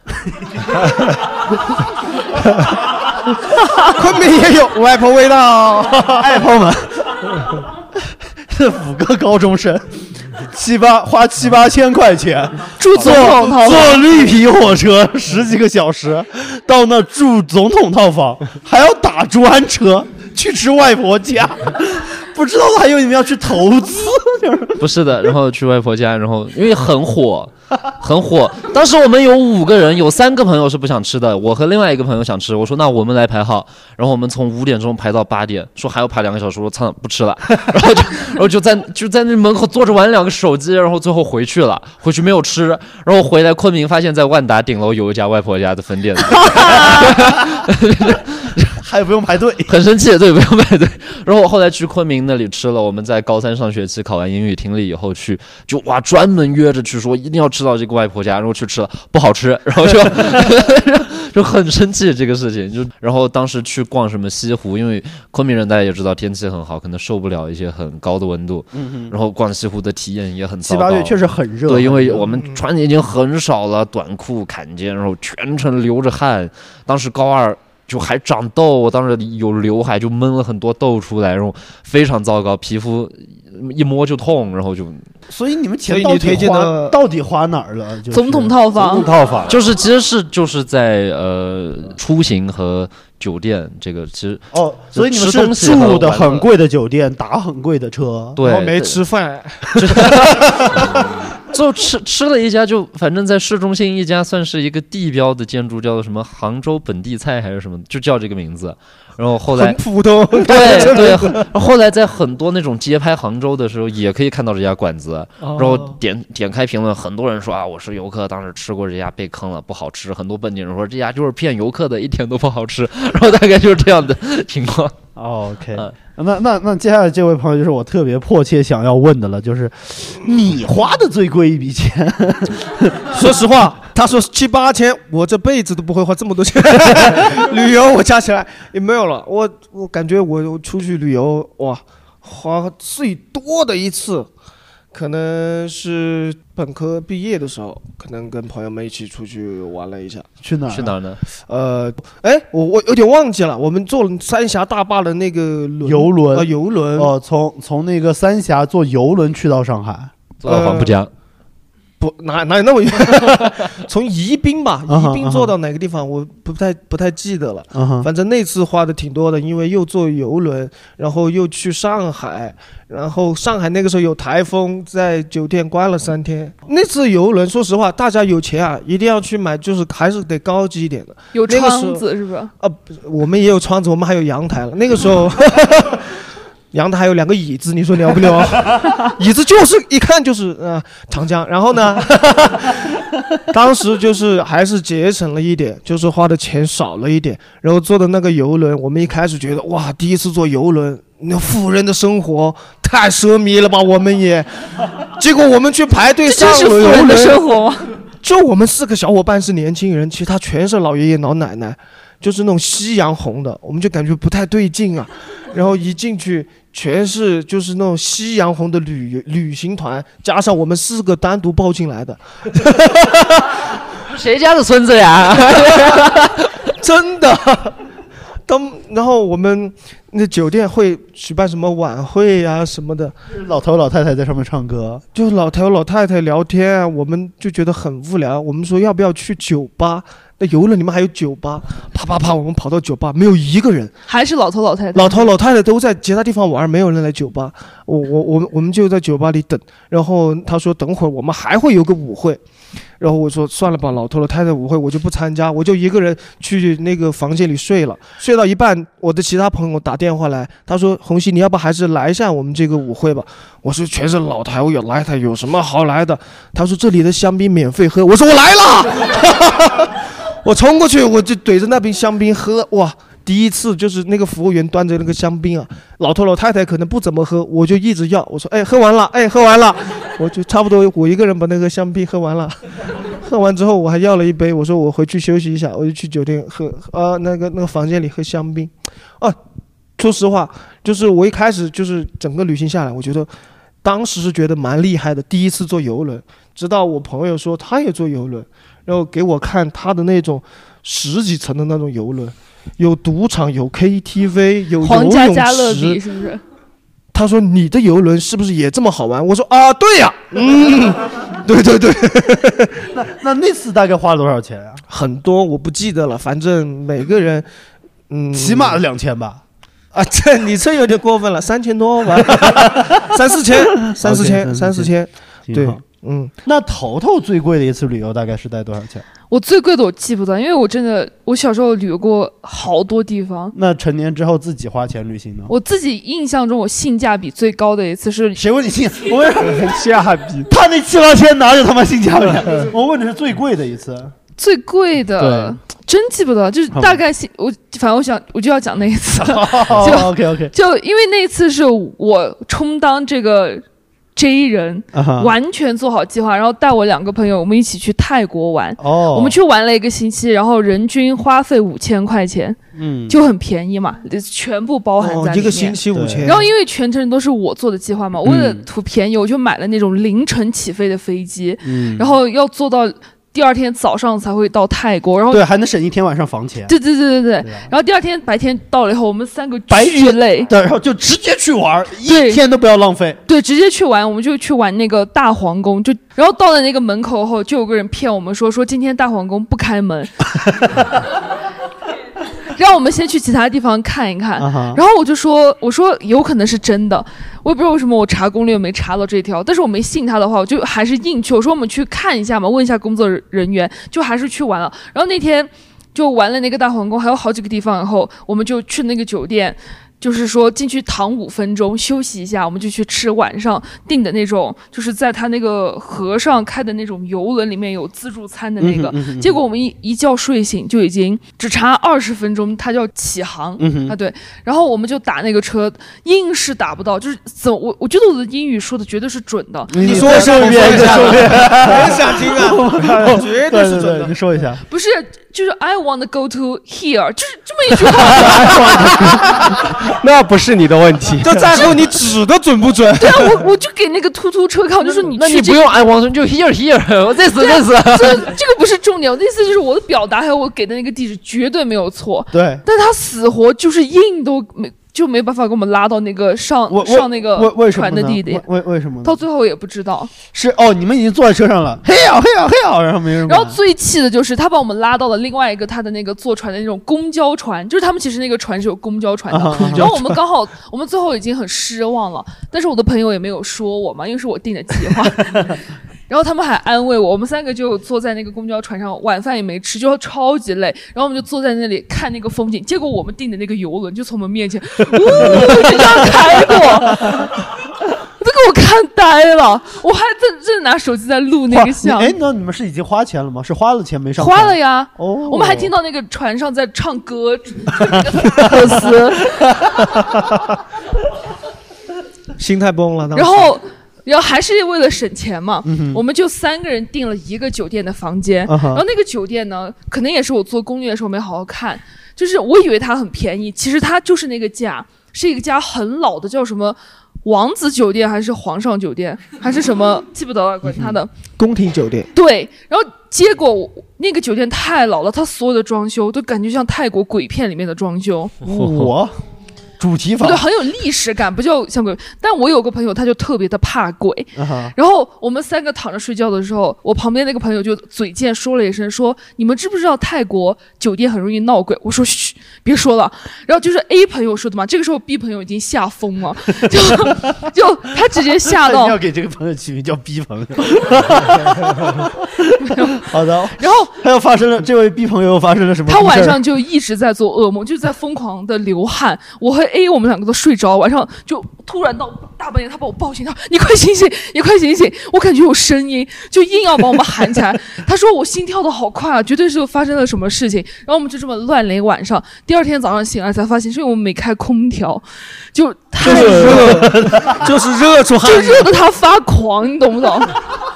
昆明也有外婆味道， 爱朋友们，这5个高中生。花7、8千块钱住总统套房， 坐绿皮火车10几个小时到那住总统套房，还要打专车去吃外婆家，不知道还以为你们要去投资， 不是的，然后去外婆家，然后因为很火。当时我们有5个人，有3个朋友是不想吃的，我和另外一个朋友想吃。我说那我们来排号，然后我们从5点钟排到8点，说还要排2个小时，我操不吃了，然后就在那门口坐着玩2个手机，然后最后回去了，回去没有吃，然后回来昆明发现在万达顶楼有一家外婆家的分店。 还不用排队， 很生气，对，不用排队。然后我后来去昆明那里吃了，我们在高3上学期考完英语听力以后去，就专门约着去说一定要吃到这个外婆家，然后去吃了不好吃，然后就很生气这个事情。然后当时去逛什么西湖，因为昆明人大家也知道天气很好，可能受不了一些很高的温度，然后逛西湖的体验也很糟糕。 7、8月确实很热， 对，因为我们穿的已经很少了，短裤坎肩，然后全程流着汗。当时高2。就还长痘，我当时有刘海，就闷了很多痘出来，然后非常糟糕，皮肤一摸就痛，然后就。 所以你们钱到底花哪儿了？ 总统套房， 就是其实就是在出行和酒店这个其实所以你们是住的很贵的酒店，打很贵的车， 对， 然后没吃饭。 就吃了一家，就反正在市中心一家算是一个地标的建筑，叫做什么杭州本地菜还是什么，就叫这个名字。然后后来很普通， 对，后来在很多那种街拍杭州的时候，也可以看到这家馆子。然后点开评论，很多人说我是游客，当时吃过这家被坑了，不好吃。很多本地人说这家就是骗游客的，一点都不好吃。然后大概就是这样的情况。 OK，那接下来这位朋友就是我特别迫切想要问的了，就是你花的最贵一笔钱。 说实话，他说7、8千，我这辈子都不会花这么多钱。旅游我加起来也没有了，我感觉我出去旅游花最多的一次。可能是本科毕业的时候，可能跟朋友们一起出去玩了一下。 去哪儿呢？ 我有点忘记了。我们坐三峡大坝的那个游轮， 游轮从那个三峡坐游轮去到上海， 坐到黄浦江。 不，哪有那么远？从宜宾吧，宜宾坐到哪个地方我不太记得了。反正那次花的挺多的，因为又坐游轮，然后又去上海，然后上海那个时候有台风，在酒店关了3天。那次游轮，说实话，大家有钱啊，一定要去买，就是还是得高级一点的。 有窗子是不是？ 我们也有窗子，我们还有阳台了。那个时候。阳台还有2个椅子，你说了不了？椅子就是一看就是长江。然后呢，当时就是还是节省了一点，就是花的钱少了一点。然后坐的那个游轮，我们一开始觉得第一次坐游轮，那富人的生活太奢靡了吧？我们也，结果我们去排队上游轮， 这是富人的生活吗？ 就我们4个小伙伴是年轻人，其他全是老爷爷老奶奶。就是那种夕阳红的，我们就感觉不太对劲啊。然后一进去全是就是那种夕阳红的旅行团，加上我们4个单独报进来的。 谁家的孙子呀？ 真的。 然后我们那酒店会举办什么晚会啊什么的， 老头老太太在上面唱歌， 就老头老太太聊天，我们就觉得很无聊。我们说要不要去酒吧？那游轮里面还有酒吧，啪，我们跑到酒吧，没有一个人， 还是老头老太太。 老头老太太都在其他地方玩，没有人来酒吧。我们就在酒吧里等。然后他说等会儿我们还会有个舞会。然后我说算了吧，老头老太太舞会我就不参加，我就一个人去那个房间里睡了。睡到一半，我的其他朋友打电话来，他说红熙你要不还是来一下我们这个舞会吧。我说全是老头老太太，有什么好来的？他说这里的香槟免费喝。我说我来了。我冲过去，我就怼着那瓶香槟喝，哇！第一次就是那个服务员端着那个香槟啊，老头老太太可能不怎么喝，我就一直要，我说喝完了，喝完了，我就差不多我一个人把那个香槟喝完了。喝完之后我还要了一杯，我说我回去休息一下，我就去酒店喝那个房间里喝香槟。说实话，就是我一开始就是整个旅行下来，我觉得当时是觉得蛮厉害的，第一次坐游轮，直到我朋友说他也坐游轮，然后给我看他的那种10几层的那种游轮，有赌场，有 KTV， 有游泳池， 皇家加勒比是不是？ 他说你的游轮是不是也这么好玩？我说对呀，对。 那次大概花了多少钱啊？ 很多我不记得了，反正每个人起码2000吧。 你这有点过分了，3000多吧，3-4千，对。 那头最贵的一次旅游大概是带多少钱？ 我最贵的我记不得，因为我小时候旅游过好多地方。 那成年之后自己花钱旅行呢？ 我自己印象中我性价比最高的一次是谁问你性价比？ 他那7-8千哪有他妈性价比？我问的是最贵的一次。 最贵的真记不得，就是大概反正我就要讲那一次。 OK， 就因为那一次是我充当这个 J 人，完全做好计划，然后带我2个朋友，我们一起去泰国玩。我们去玩了1个星期，然后人均花费5000块钱，就很便宜嘛，全部包含在里面。 1个星期5000。 然后因为全程都是我做的计划嘛，为了图便宜，我就买了那种凌晨起飞的飞机，然后要坐到第2天早上才会到泰国，然后对还能省1天晚上房钱。 对，然后第2天白天到了以后，我们3个巨累， 然后就直接去玩，1天都不要浪费。 对，直接去玩，我们就去玩那个大皇宫，然后到了那个门口后，就有个人骗我们说今天大皇宫不开门。让我们先去其他地方看一看，然后我说有可能是真的，我也不知道为什么我查攻略没查到这条，但是我没信他的话，我就还是硬去，我说我们去看一下嘛，问一下工作人员，就还是去玩了。然后那天就玩了那个大皇宫，还有好几个地方，然后我们就去那个酒店。就是说进去躺5分钟休息一下，我们就去吃晚上订的那种，就是在他那个河上开的那种游轮里面有自助餐的那个。结果我们一觉睡醒就已经只差20分钟，他就要起航对，然后我们就打那个车，硬是打不到，就是我觉得我的英语说的绝对是准的。 你说一遍，很想听啊，绝对是准的。 你说一下， 不是。就是 I want to go to here， 就是这么一句话。 那不是你的问题， 就在乎你指的准不准。 对啊，我就给那个突突车看，我就说你去、 那你不用 I want to 就 here， 我这次。 这个不是重点，我的意思就是我的表达还有我给的那个地址绝对没有错。 对， 但他死活就是硬都没办法给我们拉到那个上那个船的地点。 为什么呢？ 到最后也不知道。 是你们已经坐在车上了，嘿呀，然后没人管。 然后最气的就是他把我们拉到了另外一个他的那个坐船的那种公交船，就是他们其实那个船是有公交船的。然后我们刚好我们最后已经很失望了，但是我的朋友也没有说我嘛，因为是我定的计划。然后他们还安慰我们3个就坐在那个公交船上，晚饭也没吃，就超级累。然后我们就坐在那里看那个风景，结果我们订的那个游轮就从我们面前，就这样开过，都给我看呆了。我还在拿手机在录那个相。 那你们是已经花钱了吗？是花了钱没上？ 花了呀。我们还听到那个船上在唱歌，克斯， 心态崩了。 然后还是为了省钱嘛，我们就3个人订了一个酒店的房间。然后那个酒店呢，可能也是我做攻略的时候没好好看，就是我以为它很便宜，其实它就是那个价，是一家很老的叫什么王子酒店还是皇上酒店还是什么记不得了，管他的宫廷酒店。 对，然后结果那个酒店太老了，它所有的装修都感觉像泰国鬼片里面的装修。 我主题房对，很有历史感，不就像鬼？但我有个朋友，他就特别的怕鬼。然后我们3个躺着睡觉的时候，我旁边那个朋友就嘴贱说了一声，说：“你们知不知道泰国酒店很容易闹鬼？”我说：“嘘，别说了。”然后就是 A 朋友说的嘛，这个时候 B 朋友已经吓疯了，就他直接吓到。 你要给这个朋友取名叫 B 朋友。好的。 然后他又发生了，这位 B 朋友又发生了什么？ 他晚上就一直在做噩梦，就在疯狂的流汗。我和 A 我们2个都睡着，晚上就突然到大半夜，他把我抱醒，他说：“你快醒醒，你快醒醒！”我感觉有声音，就硬要把我们喊起来。他说：“我心跳的好快啊，绝对是发生了什么事情。”然后我们就这么乱了一晚上。第2天早上醒来才发现，是因为我们没开空调，就太热， 就是热出汗， 就热得他发狂，你懂不懂？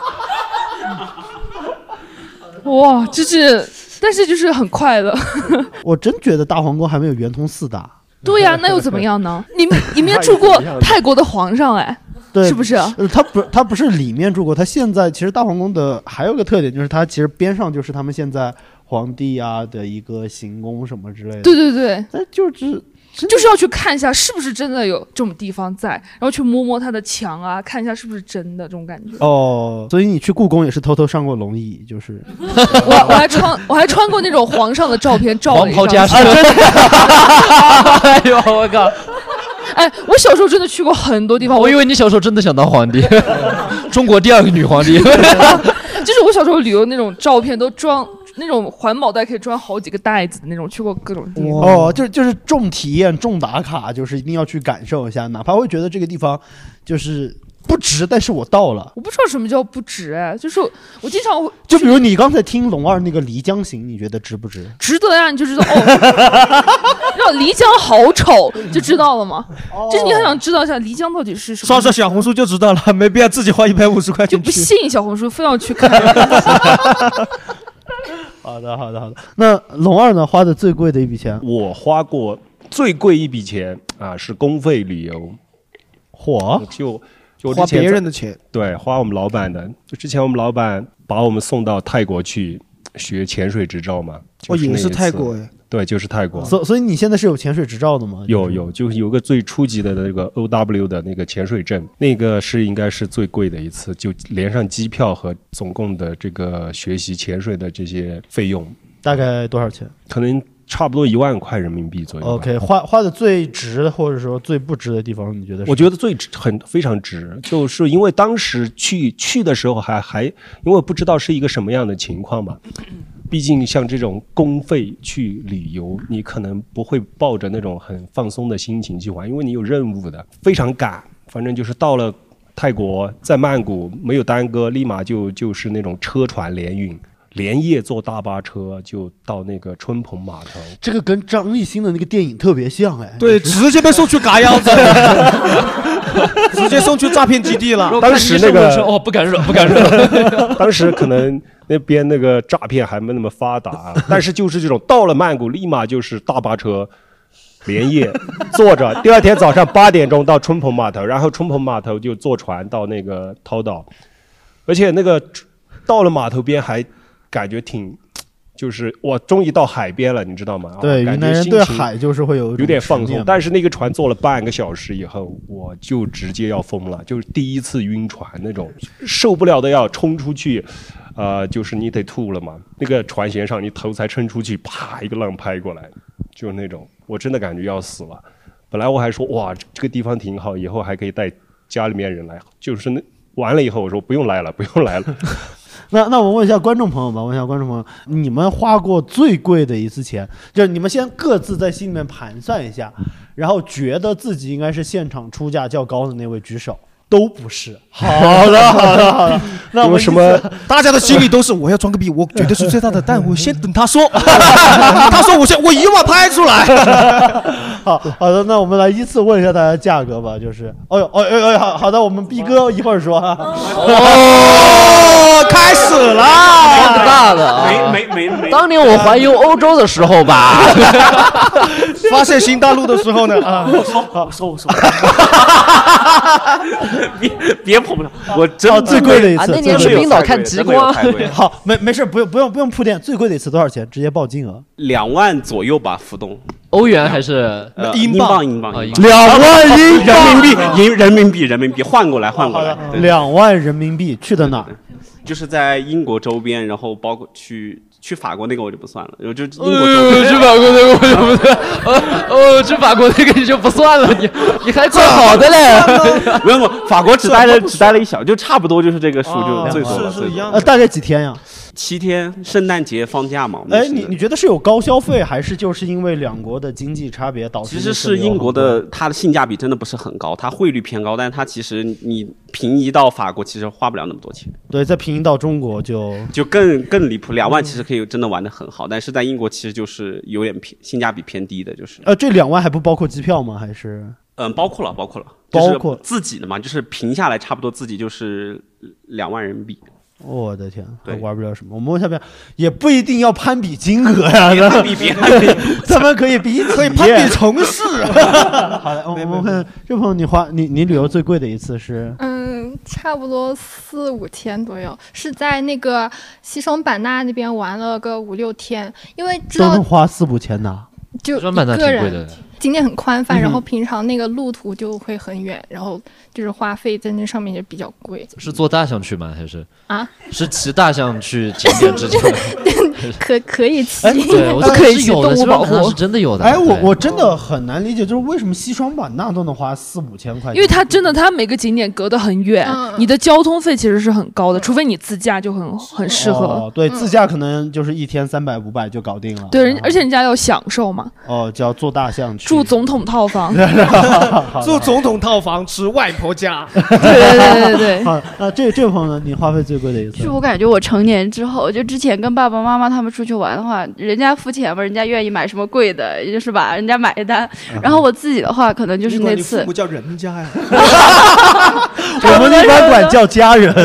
哇，就是，但是就是很快乐。 我真觉得大皇宫还没有圆通寺大。 对呀、那又怎么样呢？你没住过泰国的皇上哎， 对， 是不是？ 他不是里面住过，他现在其实大皇宫的还有个特点就是它其实边上就是他们现在皇帝啊的一个行宫什么之类的。 对对对， 但就是要去看一下是不是真的有这种地方在，然后去摸摸它的墙啊，看一下是不是真的这种感觉。 哦，所以你去故宫也是偷偷上过龙椅，就是我还穿过那种皇上的照片照了一张。 黄袍加身。 真的。 哎呦我靠！ 哎，我小时候真的去过很多地方。 我以为你小时候真的想当皇帝，中国第2个女皇帝。 就是我小时候旅游那种照片都装。那种环保袋可以装好几个袋子的那种，去过各种地方。 哦，就是重体验、重打卡，就是一定要去感受一下，哪怕会觉得这个地方就是不值，但是我到了。 我不知道什么叫不值哎，就是我经常会， 就比如你刚才听龙二那个漓江行，你觉得值不值？ 值得呀，你就知道哦，让漓江好丑就知道了嘛。就是你很想知道一下漓江到底是什么。 刷小红书就知道了，没必要自己花150块钱就不信小红书，非要去看。 好的。那龙二呢？花的最贵的一笔钱？ 我花过最贵一笔钱啊，是公费旅游。就花别人的钱， 对，花我们老板的。就之前我们老板把我们送到泰国去学潜水执照嘛。 也是泰国哎。 对，就是泰国。 所以你现在是有潜水执照的吗？ 有，就有个最初级的那个 OW 的那个潜水证，那个是应该是最贵的一次，就连上机票和总共的这个学习潜水的这些费用。 大概多少钱？ 可能差不多1万块人民币左右。 OK， 花的最值或者说最不值的地方，你觉得是？ 我觉得非常值，就是因为当时去的时候还因为不知道是一个什么样的情况嘛。毕竟像这种公费去旅游，你可能不会抱着那种很放松的心情去玩，因为你有任务的，非常赶。反正就是到了泰国，在曼谷没有耽搁，立马就是那种车船联运，连夜坐大巴车就到那个春蓬码头。 这个跟张艺兴的那个电影特别像哎。 对，直接被送去嘎腰子。直接送去诈骗基地了。 当时那个不敢惹。 当时可能那边那个诈骗还没那么发达，但是就是这种到了曼谷立马就是大巴车连夜坐着，第2天早上8点钟到春蓬码头，然后春蓬码头就坐船到那个涛岛，而且那个到了码头边还感觉就是我终于到海边了，你知道吗？ 对，云南人对海就是会有点放松，但是那个船坐了半个小时以后，我就直接要疯了，就是第一次晕船那种，受不了的要冲出去，就是你得吐了嘛。那个船舷上，你头才伸出去，啪一个浪拍过来，就是那种，我真的感觉要死了。本来我还说哇，这个地方挺好，以后还可以带家里面人来，就是完了以后我说不用来了。 那我问一下观众朋友吧，你们花过最贵的一次钱，就是你们先各自在心里面盘算一下，然后觉得自己应该是现场出价较高的那位举手。都不是。好的。那我们什么？大家的心里都是我要装个逼，我绝对是最大的，但我先等他说，他说我一晚拍出来。 好的，那我们来依次问一下大家价格吧，就是好的，我们逼哥一会儿说。 开始了， 个大的当年我环游欧洲的时候吧， 发现新大陆的时候呢， 我说，别捧了，我真最贵的一次， 那年去冰岛看极光。 好，没事，不用铺垫，最贵的一次多少钱？直接报金额 ，2万左右吧，浮动。 欧元还是英镑 ？2万英人民币换过来。 2万人民币去的哪？ 就是在英国周边，然后包括去法国那个我就不算了，然后就英国周边。去法国那个我就不算。去法国那个你就不算了，你还怪好的嘞。 没有，法国只待了一小，就差不多就是这个数就最多了。 是一样的。 大概几天呀 ？7天，圣诞节放假嘛。 哎，你觉得是有高消费，还是就是因为两国的经济差别导致？ 其实是英国的，它的性价比真的不是很高，它汇率偏高，但是它其实你平移到法国其实花不了那么多钱。 对，再平移到中国就更离谱，2万其实可以真的玩得很好，但是在英国其实就是有点性价比偏低的，就是。 这2万还不包括机票吗？还是？ 包括了， 包括自己的嘛，就是平下来差不多自己就是2万人民币。 我的天，玩不了什么。我们问下边，也不一定要攀比金额呀， 别咱们可以比可以攀比城市。 好的，我们看这朋友，你旅游最贵的一次是？ 差不多4、5天左右，是在那个西双版纳那边玩了个5、6天，因为知道都能花4、5千呢。 就一个人景点很宽泛，然后平常那个路途就会很远，然后就是花费在那上面也比较贵。 是坐大象去吗？还是啊？ 是骑大象去景点之前？ 可以骑， 对，我可以骑动物保护是真的有的。 哎，我真的很难理解，就是为什么西双版纳都能花4、5千块钱？ 因为它每个景点隔得很远，你的交通费其实是很高的，除非你自驾就很适合。 对，自驾可能就是1天300、500就搞定了。 对，而且人家要享受嘛。 叫坐大象去住总统套房， 住总统套房吃外婆家。 对。 好，那这位朋友呢？你花费最贵的一次？ 是我感觉我成年之后，就之前跟爸爸妈妈他们出去玩的话，人家付钱嘛，人家愿意买什么贵的，就是吧，人家买单。然后我自己的话，可能就是那次。 你父母叫人家呀？ 我们一般管叫家人。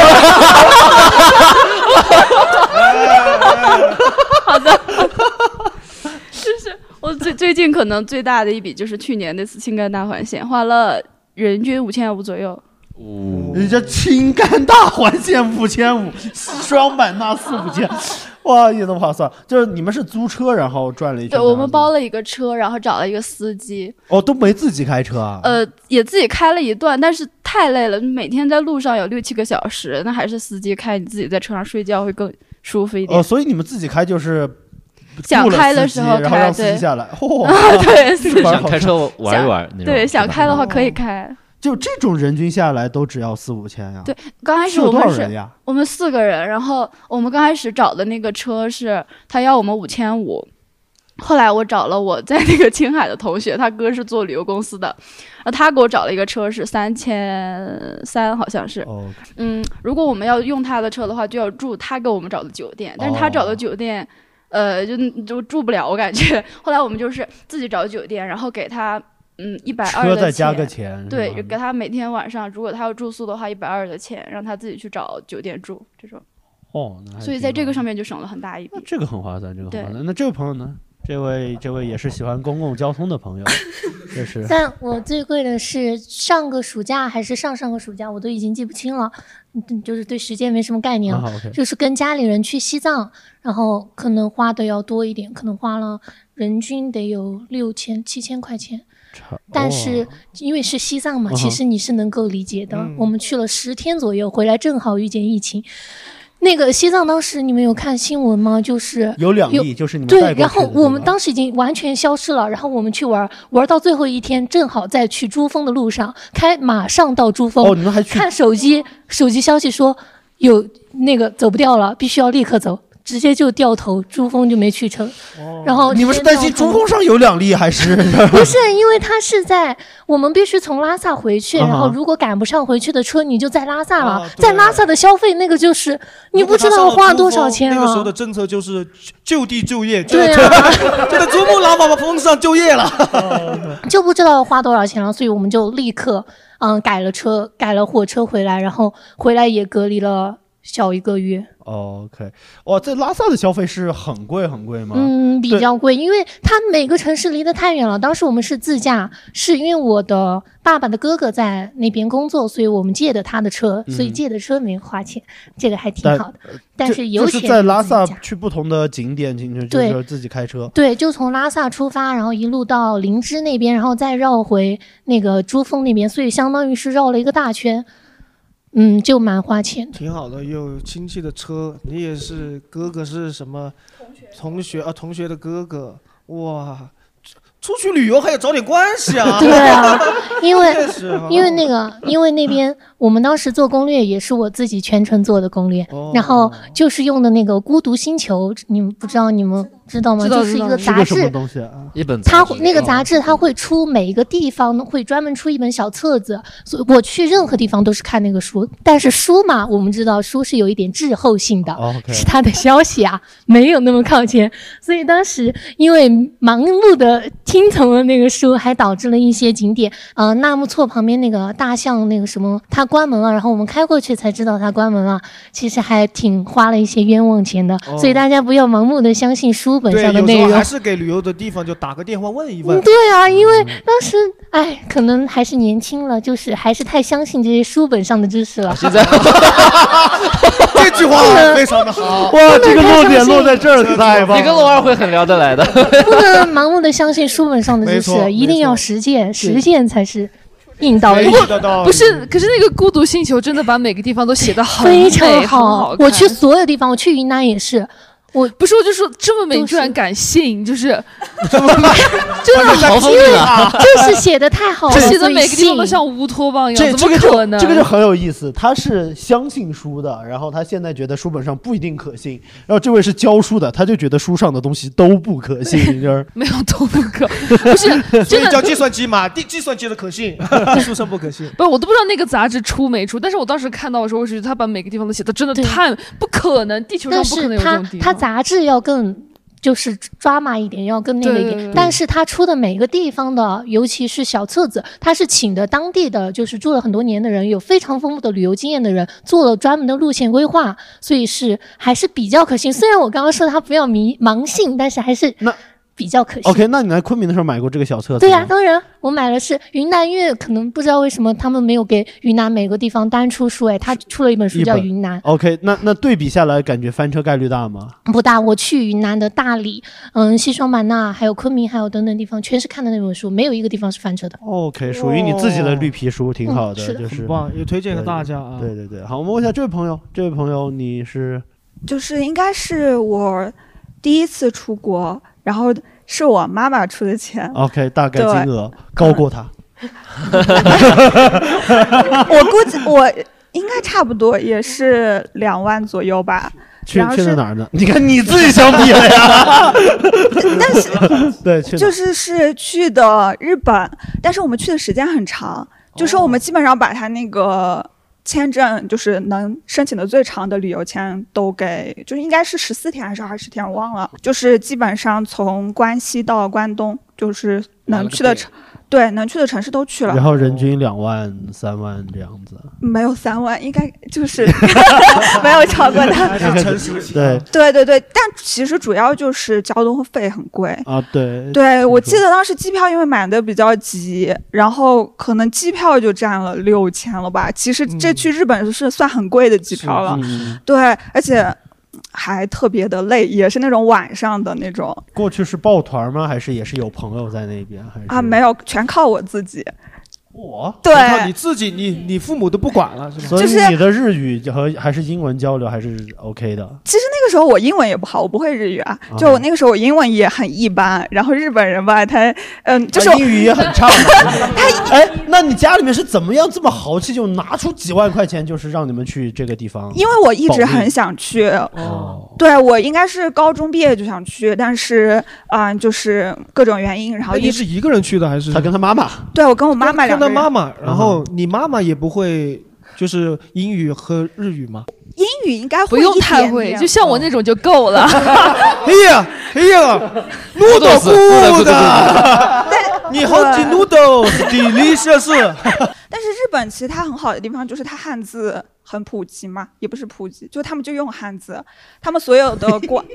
好的。就是我最近可能最大的一笔就是去年那次青甘大环线，花了人均5500左右。 人家青甘大环线5500，西双版纳4、5千，哇，也都划算。就是你们是租车然后转了一圈？ 对，我们包了一个车，然后找了一个司机。 都没自己开车啊？ 也自己开了一段，但是太累了，每天在路上有6、7个小时，那还是司机开，你自己在车上睡觉会更舒服一点。 所以你们自己开就是。 想开的时候开， 对，下来， 对， 想开车玩一玩， 对，想开的话可以开。 就这种人均下来都只要4、5千呀？ 对，刚开始我们我们4个人，然后我们刚开始找的那个车是他要我们5500，后来我找了我在那个青海的同学，他哥是做旅游公司的，然后他给我找了一个车是3300，好像是。如果我们要用他的车的话，就要住他给我们找的酒店，但是他找的酒店。就住不了，我感觉。后来我们就是自己找酒店，然后给他120的钱， 车再加个钱， 对，给他每天晚上，如果他要住宿的话，120的钱，让他自己去找酒店住这种。所以在这个上面就省了很大一笔。 这个很划算，这个很划算。那这位朋友呢？这位也是喜欢公共交通的朋友，这是。 但我最贵的是上个暑假还是上个暑假，我都已经记不清了，就是对时间没什么概念了。就是跟家里人去西藏，然后可能花的要多一点，可能花了人均得有6000、7000块钱。但是因为是西藏嘛，其实你是能够理解的。我们去了10天左右，回来正好遇见疫情。那个西藏当时你们有看新闻吗？就是有2例，就是你们对，然后我们当时已经完全消失了，然后我们去玩到最后一天，正好在去珠峰的路上，马上到珠峰。 你们还去看手机消息说有那个走不掉了，必须要立刻走。直接就掉头，珠峰就没去成。然后你们是担心珠峰上有2例还是？ 不是，因为它是在我们必须从拉萨回去，然后如果赶不上回去的车，你就在拉萨了。在拉萨的消费那个就是你不知道花多少钱啊。 那个时候的政策就是就地就业， 对啊， 就在珠穆朗玛峰上就业了， 就不知道花多少钱了，所以我们就立刻改了火车回来，然后回来也隔离了小1个月。 OK， 哇，在拉萨的消费是很贵吗？ 比较贵，因为它每个城市离得太远了。当时我们是自驾，是因为我的爸爸的哥哥在那边工作，所以我们借的他的车，所以借的车没花钱，这个还挺好的。但是油钱就是在拉萨去不同的景点进去，就是自己开车。 对，就从拉萨出发，然后一路到林芝那边，然后再绕回那个珠峰那边，所以相当于是绕了一个大圈。就蛮花钱的。 挺好的，有亲戚的车，你也是哥哥是什么同学的哥哥，哇，出去旅游还要找点关系啊。 对啊，因为那边我们当时做攻略也是我自己全程做的攻略，然后就是用的那个孤独星球，你们不知道你们知道吗？就是一个杂志， 是个什么东西啊？ 一本杂志。它那个杂志它会出每一个地方会专门出一本小册子，所以我去任何地方都是看那个书。但是书嘛，我们知道书是有一点滞后性的，其他的消息啊没有那么靠前，所以当时因为盲目的听从了那个书，还导致了一些景点，纳木错旁边那个大象那个什么它关门了，然后我们开过去才知道它关门了，其实还挺花了一些冤枉钱的。所以大家不要盲目的相信书本上的内容， 对，有时候还是给旅游的地方就打个电话问一问。 对啊，因为当时可能还是年轻了，就是还是太相信这些书本上的知识了。 现在这句话非常的好， 哇，这个落点落在这儿，太棒了。 你跟龙二会很聊得来的。 不能盲目的相信书本上的知识，一定要实践，实践才是硬道理。 不是，可是那个孤独星球真的把每个地方都写得很非常美，很好看。 我去所有地方，我去云南也是。 我就说这么美，你居然敢信，就是真的好因为就是写的太好了， 写的每个地方都像乌托邦一样，怎么可能？ 这个就很有意思。他是相信书的，然后他现在觉得书本上不一定可信，然后这位是教书的，他就觉得书上的东西都不可信，就是没有都不可，不是真的叫计算机嘛？计算机的可信，书上不可信。 不是，我都不知道那个杂志出没出，但是我当时看到的时候，我觉得他把每个地方都写的真的太不可能，地球上不可能有这种地方。 杂志要更就是抓马一点，要更那个一点。但是他出的每个地方的，尤其是小册子，他是请的当地的，就是住了很多年的人，有非常丰富的旅游经验的人，做了专门的路线规划，所以还是比较可信。虽然我刚刚说他不要盲信，但是还是比较可信。 OK， 那你来昆明的时候买过这个小册子？ 对呀，当然我买的是云南，因为可能不知道为什么他们没有给云南每个地方单出书，他出了一本书叫云南。 OK， 那对比下来，感觉翻车概率大吗？ 不大，我去云南的大理、西双版纳，还有昆明，还有等等地方，全是看的那本书，没有一个地方是翻车的。 OK， 属于你自己的绿皮书，挺好的，就是很棒，也推荐给大家啊。 对，好，我们问一下这位朋友，你是？ 就是应该是我第一次出国，然后是我妈妈出的钱。 OK， 大概金额高过他。 我估计我应该差不多也是2万左右吧。 去的哪儿呢？你看你自己相比了呀。 但是对， 是去的日本，但是我们去的时间很长，就是我们基本上把他那个签证，就是能申请的最长的旅游签都给，就是应该是14天还是20天，我忘了。就是基本上从关西到关东，就是能去的城市都去了。 然后人均2万3万这样子。 没有3万，应该就是没有超过它。对，但其实主要就是交通费很贵啊。 对，我记得当时机票因为买的比较急，然后可能机票就占了6000了吧。其实这去日本是算很贵的机票了。对，而且还特别的累，也是那种晚上的那种。 过去是抱团吗？还是也是有朋友在那边？还是没有，全靠我自己。 对，靠你自己，你父母都不管了，是吗？ 所以你的日语还是英文交流还是 OK 的。 其实那个时候我英文也不好，我不会日语啊。就我那个时候我英文也很一般，然后日本人吧，他就是英语也很差。那你家里面是怎么样这么豪气，就拿出几万块钱，就是让你们去这个地方？ 因为我一直很想去。对，我应该是高中毕业就想去，但是就是各种原因，然后你是一个人去的还是？ 他跟他妈妈。 对，我跟我妈妈两个人。 妈妈，然后你妈妈也不会就是英语和日语吗？ 英语应该不用太会，就像我那种就够了。 哎呀，noodle的，你好几 noodle delicious。 但是日本其实它很好的地方就是它汉字很普及嘛，也不是普及，就他们就用汉字，他们所有的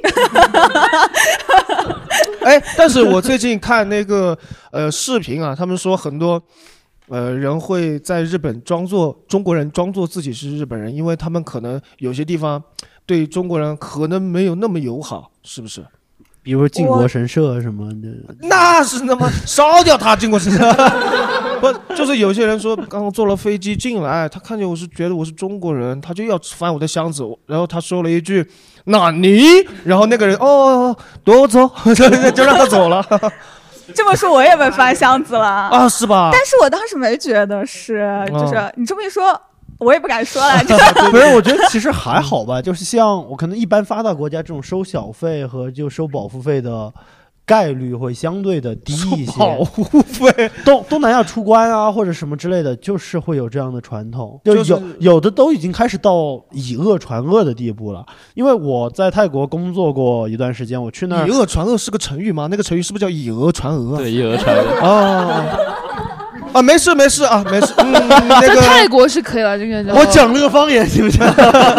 哎，但是我最近看那个视频啊，他们说很多人会在日本中国人装作自己是日本人，因为他们可能有些地方对中国人可能没有那么友好，是不是？ 比如靖国神社什么的， 那是他妈烧掉他靖国神社。不，就是有些人说刚刚坐了飞机进来，他看见我是觉得我是中国人，他就要翻我的箱子，然后他说了一句那你，然后那个人夺走，就让他走了。 这么说我也被翻箱子了啊，是吧？ 但是我当时没觉得是，就是你这么一说，我也不敢说了。 不是，我觉得其实还好吧，就是像我可能一般发达国家这种收小费和就收保护费的概率会相对的低一些。 保护费， 东南亚出关啊或者什么之类的，就是会有这样的传统，就有的都已经开始到以讹传讹的地步了。因为我在泰国工作过一段时间，我去那儿， 以讹传讹是个成语吗？那个成语是不是叫以讹传讹？ 对，以讹传讹。 啊，没事啊，没事。那个泰国是可以了，这个我讲那个方言行不行？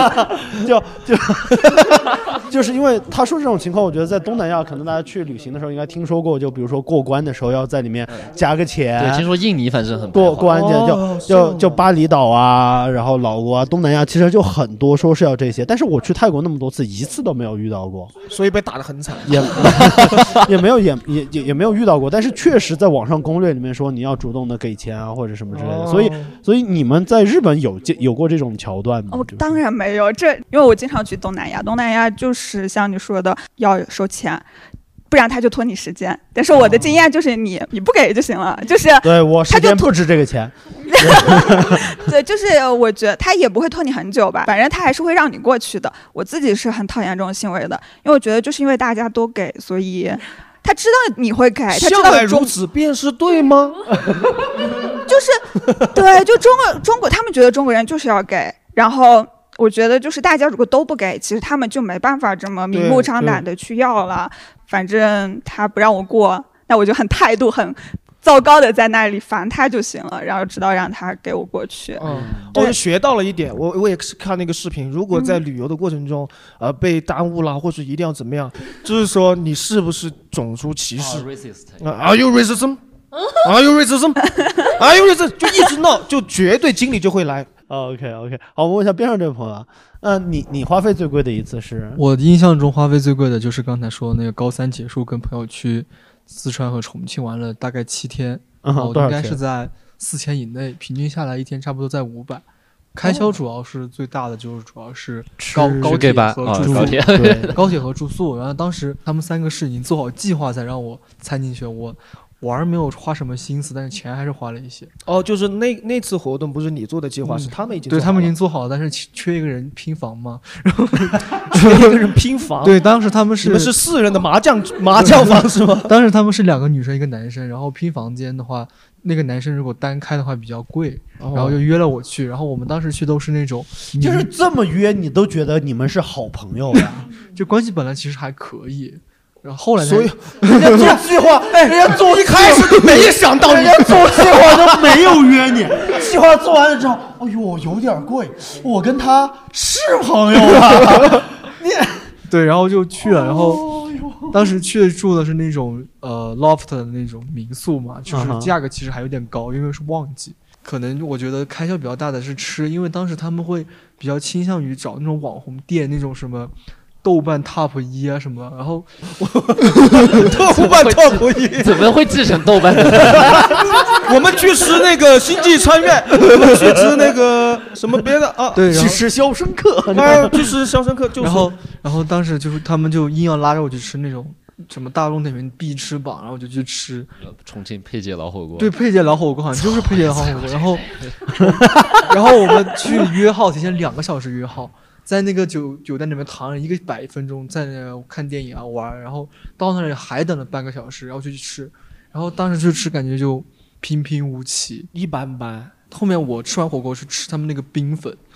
就是因为他说这种情况，我觉得在东南亚可能大家去旅行的时候应该听说过，就比如说过关的时候要在里面加个钱。 对，听说印尼反正很过安检，就巴厘岛啊，然后老挝啊，东南亚其实就很多说是要这些，但是我去泰国那么多次，一次都没有遇到过， 所以被打得很惨， 也没有遇到过。但是确实在网上攻略里面说你要主动的给钱啊或者什么之类的，所以你们在日本有过这种桥段吗？ 当然没有，因为我经常去东南亚，东南亚就是像你说的要收钱，不然他就拖你时间。但是我的经验就是你不给就行了，就是对我时间不值这个钱。 对，就是我觉得他也不会拖你很久吧，反正他还是会让你过去的。我自己是很讨厌这种行为的，因为我觉得就是因为大家都给，所以他知道你会给，他知道向来如此便是对吗？ 就是对，就中国他们觉得中国人就是要给，然后我觉得就是大家如果都不给，其实他们就没办法这么明目张胆的去要了。反正他不让我过，那我就很态度很糟糕的在那里烦他就行了，然后直到让他给我过去。 我就学到了一点，我也是看那个视频，如果在旅游的过程中被耽误了，或者一定要怎么样，就是说你是不是种族歧视？Are you racism? Are you racism? Are you racism? 就一直闹，就绝对经理就会来。 OK， 好，我问一下边上这位朋友，你花费最贵的一次是？ 我印象中花费最贵的就是刚才说的那个高三结束，跟朋友去四川和重庆玩了大概7天，应该是在4000以内，平均下来一天差不多在500。开销主要是最大的就是主要是高铁和住宿，高铁和住宿。然后当时他们3个是已经做好计划才让我参进去，我玩没有花什么心思，但是钱还是花了一些。 就是那次活动不是你做的计划，是他们已经做好了。 对，他们已经做好了，但是缺一个人拼房嘛，然后缺一个人拼房。 对，当时他们你们是4人的麻将房是吗？ 当时他们是2个女生1个男生，然后拼房间的话，那个男生如果单开的话比较贵，然后就约了我去，然后我们当时去都是那种， 就是这么约，你都觉得你们是好朋友呀？ 就关系本来其实还可以。然后后来， 所以人家做计划，人家做一开始就没想到， 人家做计划都没有约你，计划做完了之后，哎呦，有点贵，我跟他是朋友啊。 对，然后就去了，然后当时住的是那种loft 的那种民宿嘛，就是价格其实还有点高，因为是旺季。可能我觉得开销比较大的是吃，因为当时他们会比较倾向于找那种网红店，那种什么豆瓣 Top 1啊什么，然后豆瓣 Top 1 怎么会制成豆瓣？ 我们去吃那个星际穿越，我们去吃那个什么别的啊？ 对， 去吃肖申克， 去吃肖申克。就是然后当时就是他们就硬要拉着我去吃那种什么大陆那边必吃榜，然后我就去吃重庆佩姐老火锅。 对，佩姐老火锅好像就是佩姐老火锅。然后我们去约号，提前2个小时约号。在那个酒店里面躺了100分钟，在那看电影啊玩，然后到那里还等了半个小时，然后就去吃，然后当时去吃感觉就平平无奇， 一般般。 后面我吃完火锅是吃他们那个冰粉，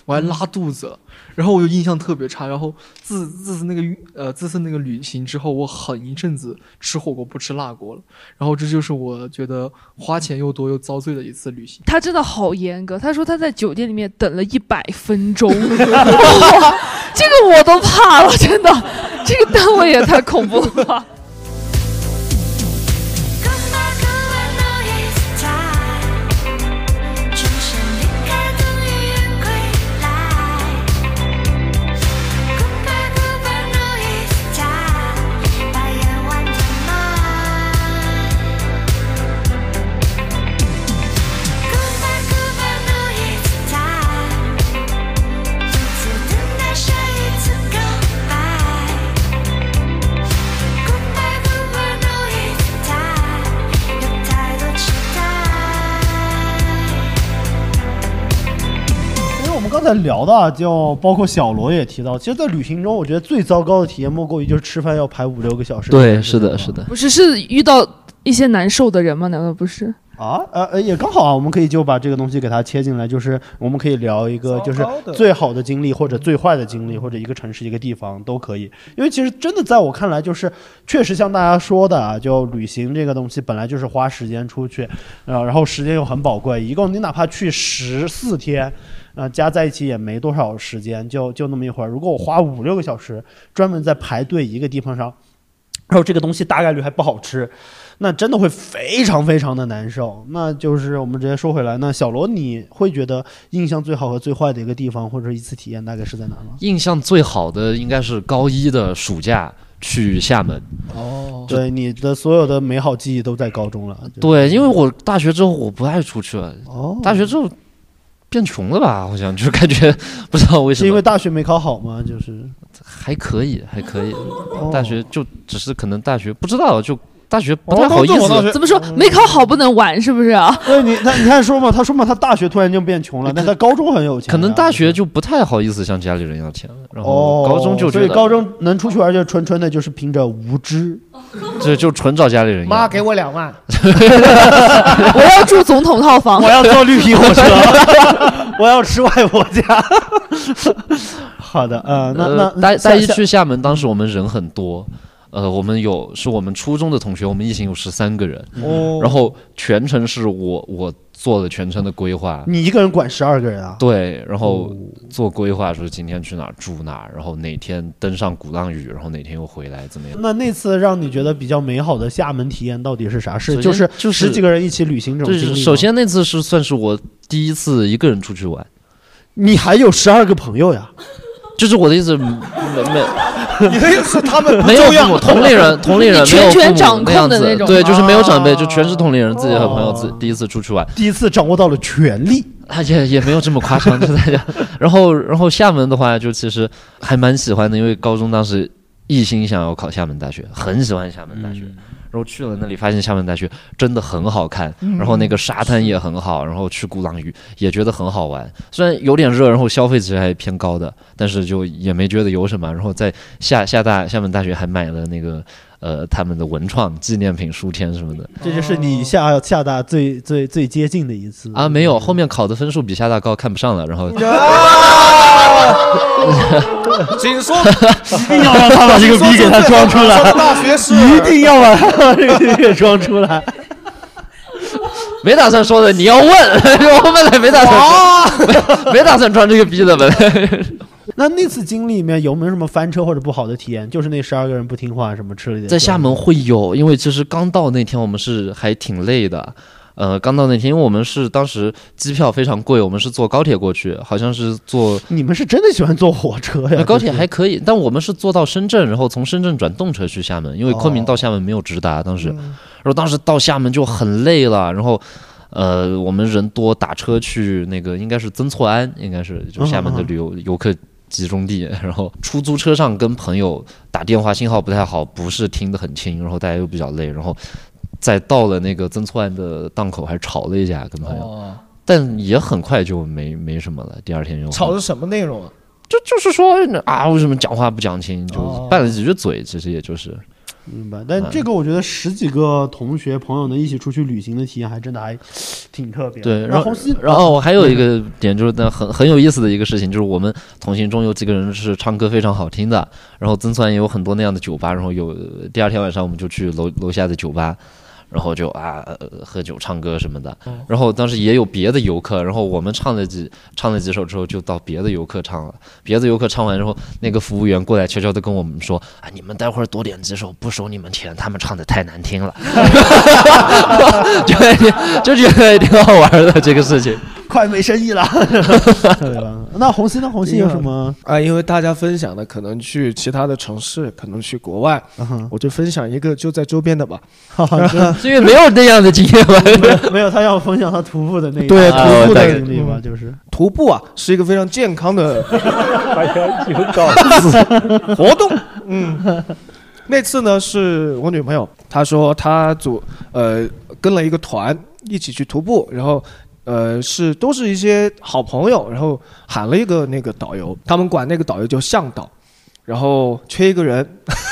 我还拉肚子，然后我就印象特别差。然后自从那个旅行之后，我很一阵子吃火锅不吃辣锅了。然后这就是我觉得花钱又多又遭罪的一次旅行。 他真的好严格，他说他在酒店里面等了100分钟，哇，这个我都怕了，真的，这个单位也太恐怖了吧。 刚才聊的啊，就包括小罗也提到，其实，在旅行中，我觉得最糟糕的体验莫过于就是吃饭要排5-6个小时。 对，是的，是的。 不是，是遇到一些难受的人吗？难道不是？ 啊，也刚好啊，我们可以就把这个东西给它切进来，就是我们可以聊一个，就是最好的经历或者最坏的经历，或者一个城市一个地方都可以。因为其实真的在我看来，就是确实像大家说的啊，就旅行这个东西本来就是花时间出去，然后时间又很宝贵，一共你哪怕去14天。加在一起也没多少时间，就那么一会儿。如果我花5-6个小时专门在排队一个地方上，然后这个东西大概率还不好吃，那真的会非常非常的难受。那就是我们直接说回来，那小罗，你会觉得印象最好和最坏的一个地方或者一次体验大概是在哪吗？ 印象最好的应该是高1的暑假去厦门。 哦，对，你的所有的美好记忆都在高中了。 对，因为我大学之后我不爱出去了。哦，大学之后变穷了吧？好像就是感觉不知道为什么。 是因为大学没考好吗？就是还可以。大学就只是可能大学不知道，就大学不太好意思。 怎么说没考好不能玩是不是啊？ 对，你看说嘛，他说嘛，他大学突然就变穷了，但他高中很有钱。 可能大学就不太好意思向家里人要钱了，然后高中就觉得， 所以高中能出去玩就纯纯的就是凭着无知。 这就纯找家里人要。 妈给我2万， 我要住总统套房， 我要坐绿皮火车，我要吃外婆家。好的， 大一去厦门，当时我们人很多。我们是我们初中的同学，我们一行有13个人，然后全程是我做了全程的规划。 你一个人管12个人啊？ 对，然后做规划说今天去哪儿住哪儿，然后哪天登上鼓浪屿，然后哪天又回来，怎么样？ 那次让你觉得比较美好的厦门体验到底是啥？就是10几个人一起旅行这种经历。 首先那次算是我第一次一个人出去玩。 你还有12个朋友呀？ 就是我的意思，没。 你的意思他们没有同龄人， 全权掌控的那种。 对，就是没有长辈，就全是同龄人，自己和朋友第一次出去玩， 第一次掌握到了权力。 也没有这么夸张，就大家。然后厦门的话，就其实还蛮喜欢的，因为高中当时一心想要考厦门大学，很喜欢厦门大学。然后去了那里，发现厦门大学真的很好看，然后那个沙滩也很好，然后去鼓浪屿也觉得很好玩。虽然有点热，然后消费其实还偏高的，但是就也没觉得有什么。然后在厦门大学还买了那个他们的文创纪念品书签什么的。 这就是你厦大最接近的一次啊？没有，后面考的分数比厦大高，看不上了，然后。 请说， 一定要让他把这个逼给他装出来。 大学是一定要把他把这个逼给装出来。 没打算说的，你要问，我本来没打算说，没打算装这个逼的本来。 那次经历里面有没有什么翻车或者不好的体验？就是那12个人不听话，什么吃了一点。 在厦门会有，因为其实刚到那天我们是还挺累的。刚到那天，因为我们是当时机票非常贵，我们是坐高铁过去，好像是坐。 你们是真的喜欢坐火车呀？ 高铁还可以，但我们是坐到深圳，然后从深圳转动车去厦门，因为昆明到厦门没有直达，当时，然后当时到厦门就很累了，然后。我们人多，打车去那个应该是曾厝垵，应该是就厦门的游客集中地。然后出租车上跟朋友打电话，信号不太好，不是听得很清，然后大家又比较累，然后再到了那个曾厝垵的档口还吵了一架跟朋友，但也很快就没什么了。第二天就吵的什么内容啊？ 就是说啊，为什么讲话不讲清，就拌了几句嘴，其实也就是。 明白。但这个我觉得10几个同学朋友能一起出去旅行的体验，还真的还挺特别的。 对， 然后我还有一个点就是很有意思的一个事情，就是我们同行中有几个人是唱歌非常好听的，然后曾川也有很多那样的酒吧，然后第二天晚上我们就去楼下的酒吧。然后就喝酒唱歌什么的，然后当时也有别的游客，然后我们唱了几首之后，就到别的游客唱了。别的游客唱完之后，那个服务员过来悄悄地跟我们说：“啊，你们待会儿多点几首，不收你们钱，他们唱的太难听了。”就觉得挺好玩的这个事情。 快没生意了。那红星呢？红星有什么因为大家分享的可能去其他的城市，可能去国外，我就分享一个就在周边的吧。 是因为没有那样的经验吗？ 没有，他要分享他徒步的那一对徒步的经历嘛，就是徒步啊，是一个非常健康的活动。那次呢是我女朋友，她说她跟了一个团一起去徒步，然后都是一些好朋友，然后喊了一个那个导游，他们管那个导游叫向导，然后缺一个人。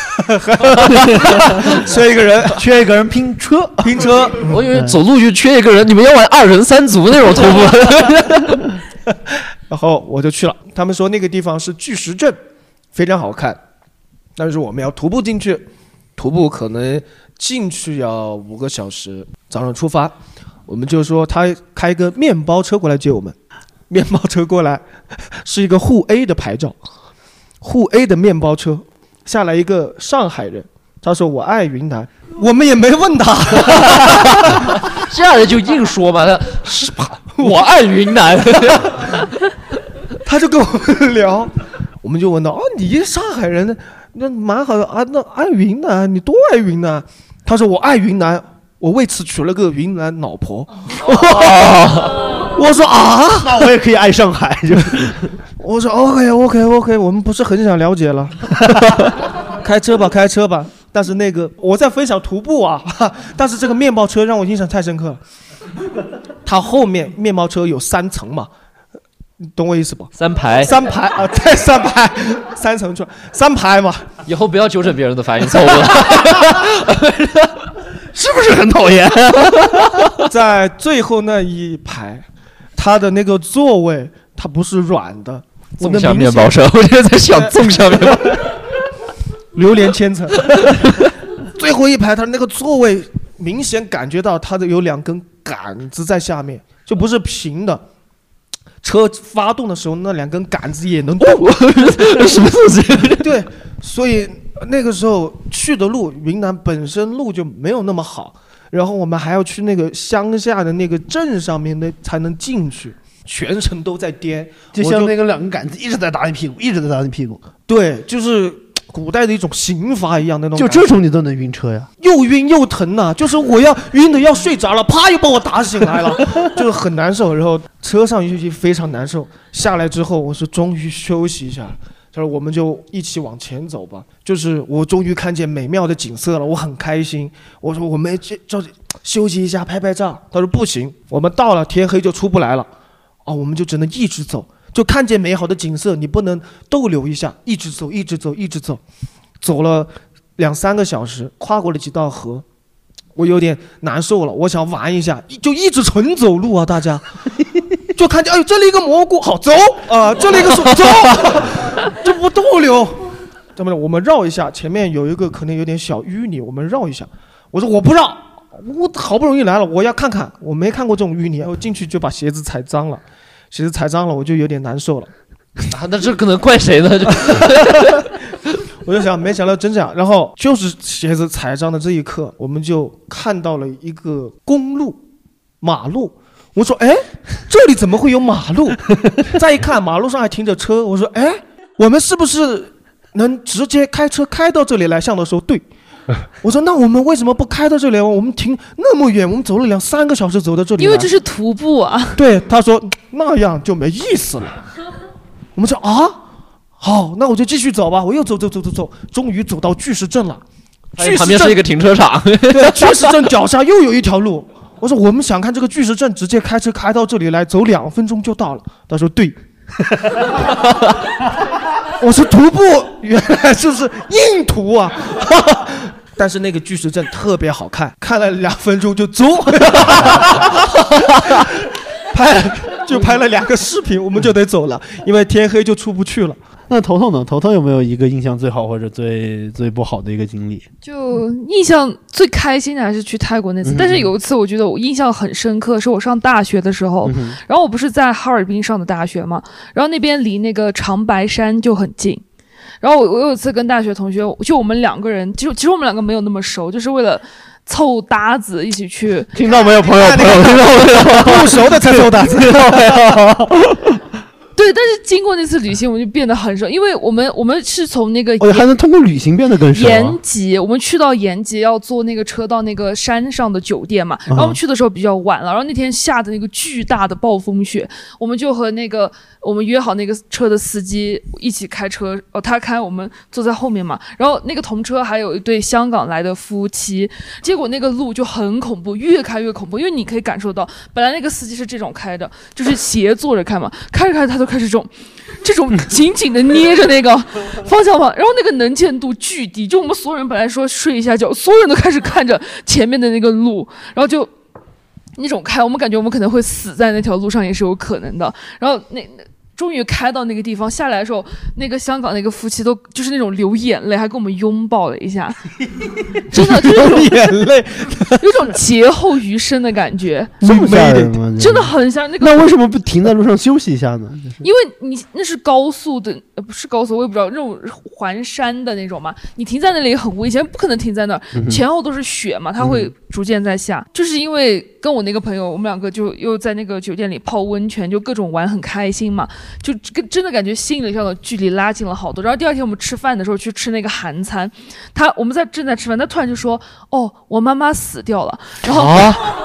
缺一个人拼车， 我以为走路就缺一个人，你们要玩2人3足那种徒步。 然后我就去了，他们说那个地方是巨石阵，非常好看，但是我们要徒步进去，徒步可能进去要5个小时，早上出发，我们就说他开个面包车过来接我们，面包车过来是一个沪 A 的牌照，沪 A 的面包车。下来一个上海人，他说我爱云南，我们也没问他， 下来就硬说嘛，他是吧？我爱云南， 他就跟我们聊，我们就问到你上海人那蛮好的啊，那爱云南，你多爱云南？他说我爱云南，我为此娶了个云南老婆。我说那我也可以爱上海。 我说 OK， 我们不是很想了解了，开车吧。但是那个我在分享徒步啊，但是这个面包车让我印象太深刻了。它后面面包车有3层嘛，你懂我意思不 ？3排啊，对，3排，3层出来，3排嘛。 以后不要纠正别人的发音错误了， 是不是很讨厌？ 在最后那一排，它的那个座位它不是软的。 纵向面包车，我就在想纵向面包， 榴莲千层。最后一排，它那个座位明显感觉到它的有2根杆子在下面，就不是平的。车发动的时候，那2根杆子也能动。 什么东西？ 对，所以那个时候去的路，云南本身路就没有那么好，然后我们还要去那个乡下的那个镇上面才能进去。全程都在颠， 就像那个2根杆子一直在打你屁股， 对，就是古代的一种刑罚一样的那种。 就这种你都能晕车呀？ 又晕又疼呐，就是我要晕的要睡着了，啪又把我打醒来了，就是很难受。然后车上就非常难受，下来之后我说终于休息一下，他说我们就一起往前走吧。就是我终于看见美妙的景色了，我很开心。我说我们就休息一下，拍拍照。他说不行，我们到了天黑就出不来了。我们就只能一直走，就看见美好的景色，你不能逗留一下，一直走，走了2-3个小时，跨过了几道河，我有点难受了，我想玩一下，就一直纯走路啊，大家就看见这里一个蘑菇，好走啊，这里一个树走，就不逗留。这么我们绕一下，前面有一个可能有点小淤泥，我们绕一下。我说我不绕。我好不容易来了，我要看看，我没看过这种淤泥，然后进去就把鞋子踩脏了，我就有点难受了。 那这可能怪谁呢？ 我就想，没想到真这样。然后就是鞋子踩脏的这一刻，我们就看到了一个马路。我说，这里怎么会有马路？再一看，马路上还停着车。我说，我们是不是能直接开车开到这里来？向导说对。我说那我们为什么不开到这里？我们停那么远，我们走了2-3个小时走到这里。 因为这是徒步啊。 对，他说那样就没意思了。我们说好，那我就继续走吧。我又走，终于走到巨石阵了。 旁边是一个停车场。 对，巨石阵脚下又有一条路。我说我们想看这个巨石阵，直接开车开到这里来，走2分钟就到了。他说对。我说徒步原来就是硬途啊。 但是那个巨石阵特别好看，看了2分钟就走，拍了2个视频，我们就得走了，因为天黑就出不去了。 那头头呢？头头有没有一个印象最好或者最不好的一个经历？ 就印象最开心的还是去泰国那次，但是有一次我觉得我印象很深刻，是我上大学的时候，然后我不是在哈尔滨上的大学嘛，然后那边离那个长白山就很近。然后我有一次跟大学同学，就我们2个人，其实我们2个没有那么熟，就是为了凑搭子一起去。 听到没有，朋友？听到没有？ 不熟的才凑搭子。 对，但是经过那次旅行，我们就变得很熟，因为我们是从那个还能通过旅行变得更熟。 延吉，我们去到延吉要坐那个车到那个山上的酒店嘛，然后我们去的时候比较晚了，然后那天下的那个巨大的暴风雪，我们就和我们约好那个车的司机一起开车，他开，我们坐在后面嘛，然后那个同车还有一对香港来的夫妻，结果那个路就很恐怖，越开越恐怖，因为你可以感受到，本来那个司机是这种开的，就是斜坐着开嘛，开着开着他就开始这种紧紧的捏着那个方向盘，然后那个能见度巨低，就我们所有人本来说睡一下觉，所有人都开始看着前面的那个路，然后就那种开，我们感觉我们可能会死在那条路上也是有可能的，然后终于开到那个地方，下来的时候，那个香港那个夫妻都就是那种流眼泪，还跟我们拥抱了一下，真的就是流眼泪， 有种劫后余生的感觉， 这么吓人吗？ 真的很像那个。 那为什么不停在路上休息一下呢？ 因为你那是高速的，不是高速，我也不知道那种环山的那种嘛，你停在那里很危险，不可能停在那儿，前后都是雪嘛，它会逐渐在下。就是因为跟我那个朋友，我们2个就又在那个酒店里泡温泉，就各种玩很开心嘛。就真的感觉心理上的距离拉近了好多。然后第2天我们吃饭的时候去吃那个韩餐，我们正在吃饭，他突然就说：“哦，我妈妈死掉了。”然后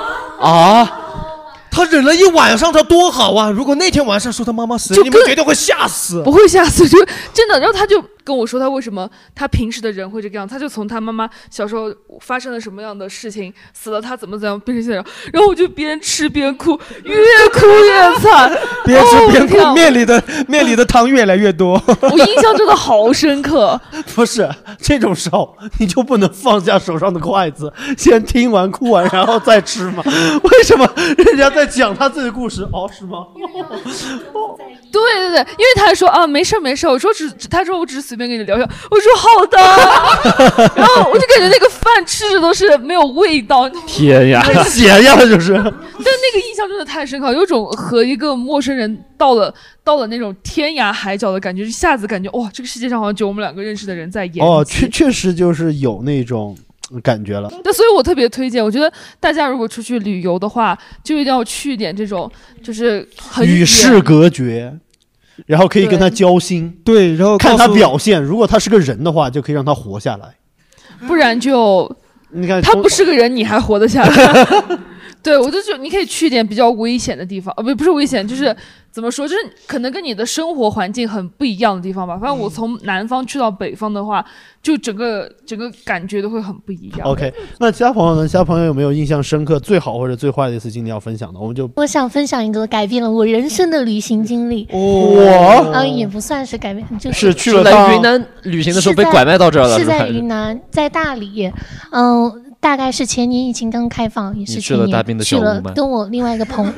他忍了一晚上，他多好啊！如果那天晚上说他妈妈死了，你们绝对会吓死。 不会吓死，就真的。然后他就跟我说他为什么他平时的人会这个样，他就从他妈妈小时候发生了什么样的事情，死了他怎么样变成现在。然后我就边吃边哭，越哭越惨， 边吃边哭，面里的汤越来越多。 我印象真的好深刻。 不是这种时候，你就不能放下手上的筷子，先听完哭完然后再吃吗？为什么人家在讲他自己的故事？是吗？ 对，因为他还说没事，我说他说我只是随便跟你聊聊，我说好的，然后我就感觉那个饭吃着都是没有味道， 天呀，血呀就是。 但那个印象真的太深刻，有种和一个陌生人到了那种天涯海角的感觉，一下子感觉哇，这个世界上好像就我们2个认识的人在演。 确实就是有那种感觉了。 那所以我特别推荐，我觉得大家如果出去旅游的话，就一定要去一点这种就是很与世隔绝，然后可以跟他交心， 对，然后看他表现。如果他是个人的话，就可以让他活下来， 不然就你看他不是个人，你还活得下来。对，我就你可以去一点比较危险的地方，不是危险，就是怎么说，就是可能跟你的生活环境很不一样的地方吧。反正我从南方去到北方的话，就整个感觉都会很不一样。 OK， 那其他朋友呢？其他朋友有没有印象深刻、最好或者最坏的一次经历要分享的？ 我想分享一个改变了我人生的旅行经历。也不算是改变， 就是去了来云南旅行的时候被拐卖到这儿了。 是在云南，在大理。大概是前年疫情刚开放，也是前年去了大兵的小屋吗？ 跟我另外一个朋友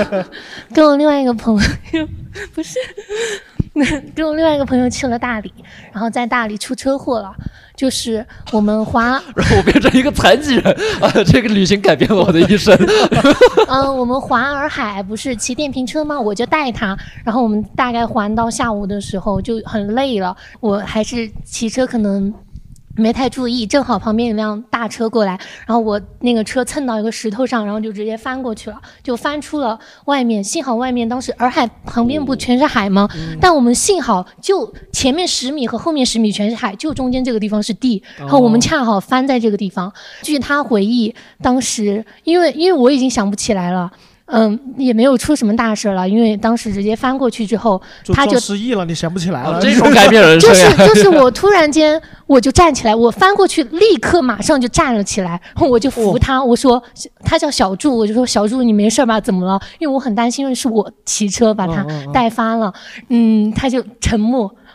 不是，跟我另外一个朋友去了大理，然后在大理出车祸了，就是我们然后我变成一个残疾人这个旅行改变了我的一生。 我们环洱海不是骑电瓶车吗？我就带他，然后我们大概环到下午的时候就很累了，我还是骑车可能没太注意，正好旁边有辆大车过来，然后我那个车蹭到一个石头上，然后就直接翻过去了，就翻出了外面。幸好外面当时洱海旁边不全是海吗？但我们幸好就前面10米和后面10米全是海，就中间这个地方是地，然后我们恰好翻在这个地方。据他回忆，当时因为我已经想不起来了。也没有出什么大事了，因为当时直接翻过去之后，他就失忆了，你想不起来了。 这种改变人生呀！ 就是我突然间我就站起来，我翻过去，立刻马上就站了起来，然后我就扶他，我说他叫小柱，我就说小柱你没事吧？怎么了？因为我很担心，因为是我骑车把他带翻了。他就沉默。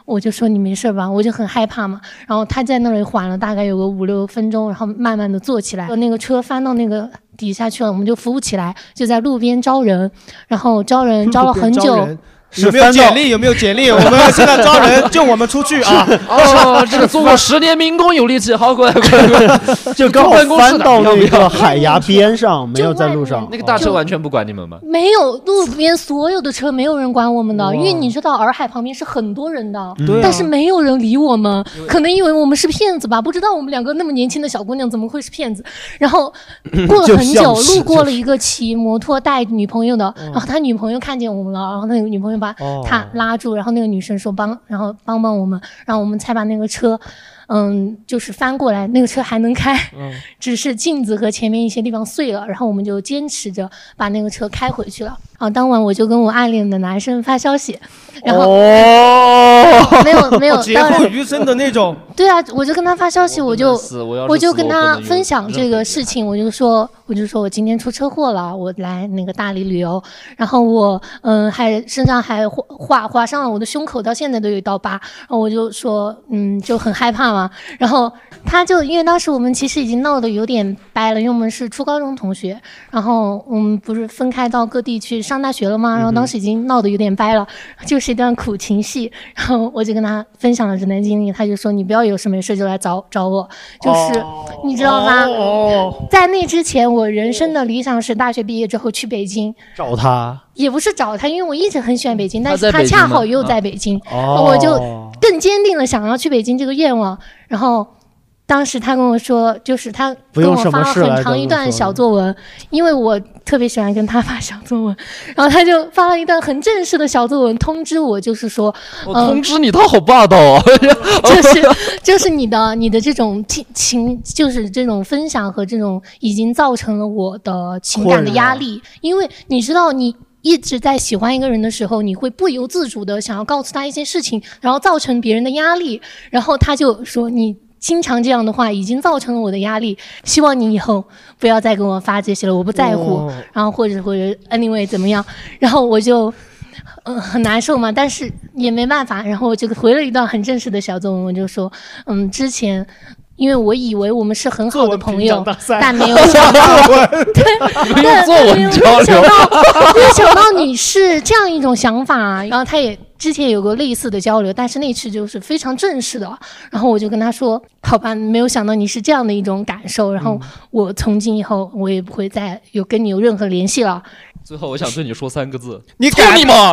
我就说你没事吧，我就很害怕嘛。然后他在那里缓了大概有个5-6分钟，然后慢慢的坐起来，那个车翻到那个底下去了，我们就扶不起来，就在路边招人，然后招人招了很久。 有没有简历？有没有简历？我们现在招人，就我们出去啊！ 哦，这个做过10年民工有力气，好，过来， 就刚好翻到那个海崖边上，没有在路上。 那个大车完全不管你们吗？ 没有，路边所有的车没有人管我们的，因为你知道洱海旁边是很多人的，但是没有人理我们，可能以为我们是骗子吧，不知道我们2个那么年轻的小姑娘怎么会是骗子。然后过了很久，路过了一个骑摩托带女朋友的，然后他女朋友看见我们了，然后那个女朋友把他拉住，然后那个女生说然后帮我们，然后我们才把那个车就是翻过来，那个车还能开，只是镜子和前面一些地方碎了，然后我们就坚持着把那个车开回去了。当晚我就跟我暗恋的男生发消息，然后没有劫后余生的那种。 对啊，我就跟他发消息，我就跟他分享这个事情，我就说我今天出车祸了，我来那个大理旅游，然后我还身上还划伤了我的胸口，到现在都有一道疤，然后我就说就很害怕嘛，然后他就因为当时我们其实已经闹得有点掰了，因为我们是初高中同学，然后我们不是分开到各地去上大学了吗？然后当时已经闹得有点掰了，就是一段苦情戏，然后我就跟他分享了这段经历，他就说你不要有事没事就来找我，就是你知道吗？在那之前我人生的理想是大学毕业之后去北京找他， 也不是找他，因为我一直很喜欢北京，但是他恰好又在北京，我就更坚定了想要去北京这个愿望。然后当时他跟我说，就是他跟我发了很长一段小作文，因为我特别喜欢跟他发小作文，然后他就发了一段很正式的小作文通知我，就是说通知你，他好霸道啊就是你的这种情，就是这种分享和这种已经造成了我的情感的压力，因为你知道你一直在喜欢一个人的时候，你会不由自主的想要告诉他一些事情，然后造成别人的压力，然后他就说你经常这样的话已经造成了我的压力，希望你以后不要再跟我发这些了，我不在乎，然后或者 anyway 怎么样，然后我就很难受嘛，但是也没办法，然后我就回了一段很正式的小作文，我就说之前因为我以为我们是很好的朋友，但没有想到，对，没有作文交流，没有想到你是这样一种想法。然后他也之前有个类似的交流，但是那次就是非常正式的。然后我就跟他说：“好吧，没有想到你是这样的一种感受。然后我从今以后我也不会再跟你有任何联系了。” 最后我想对你说3个字： 你敢你吗？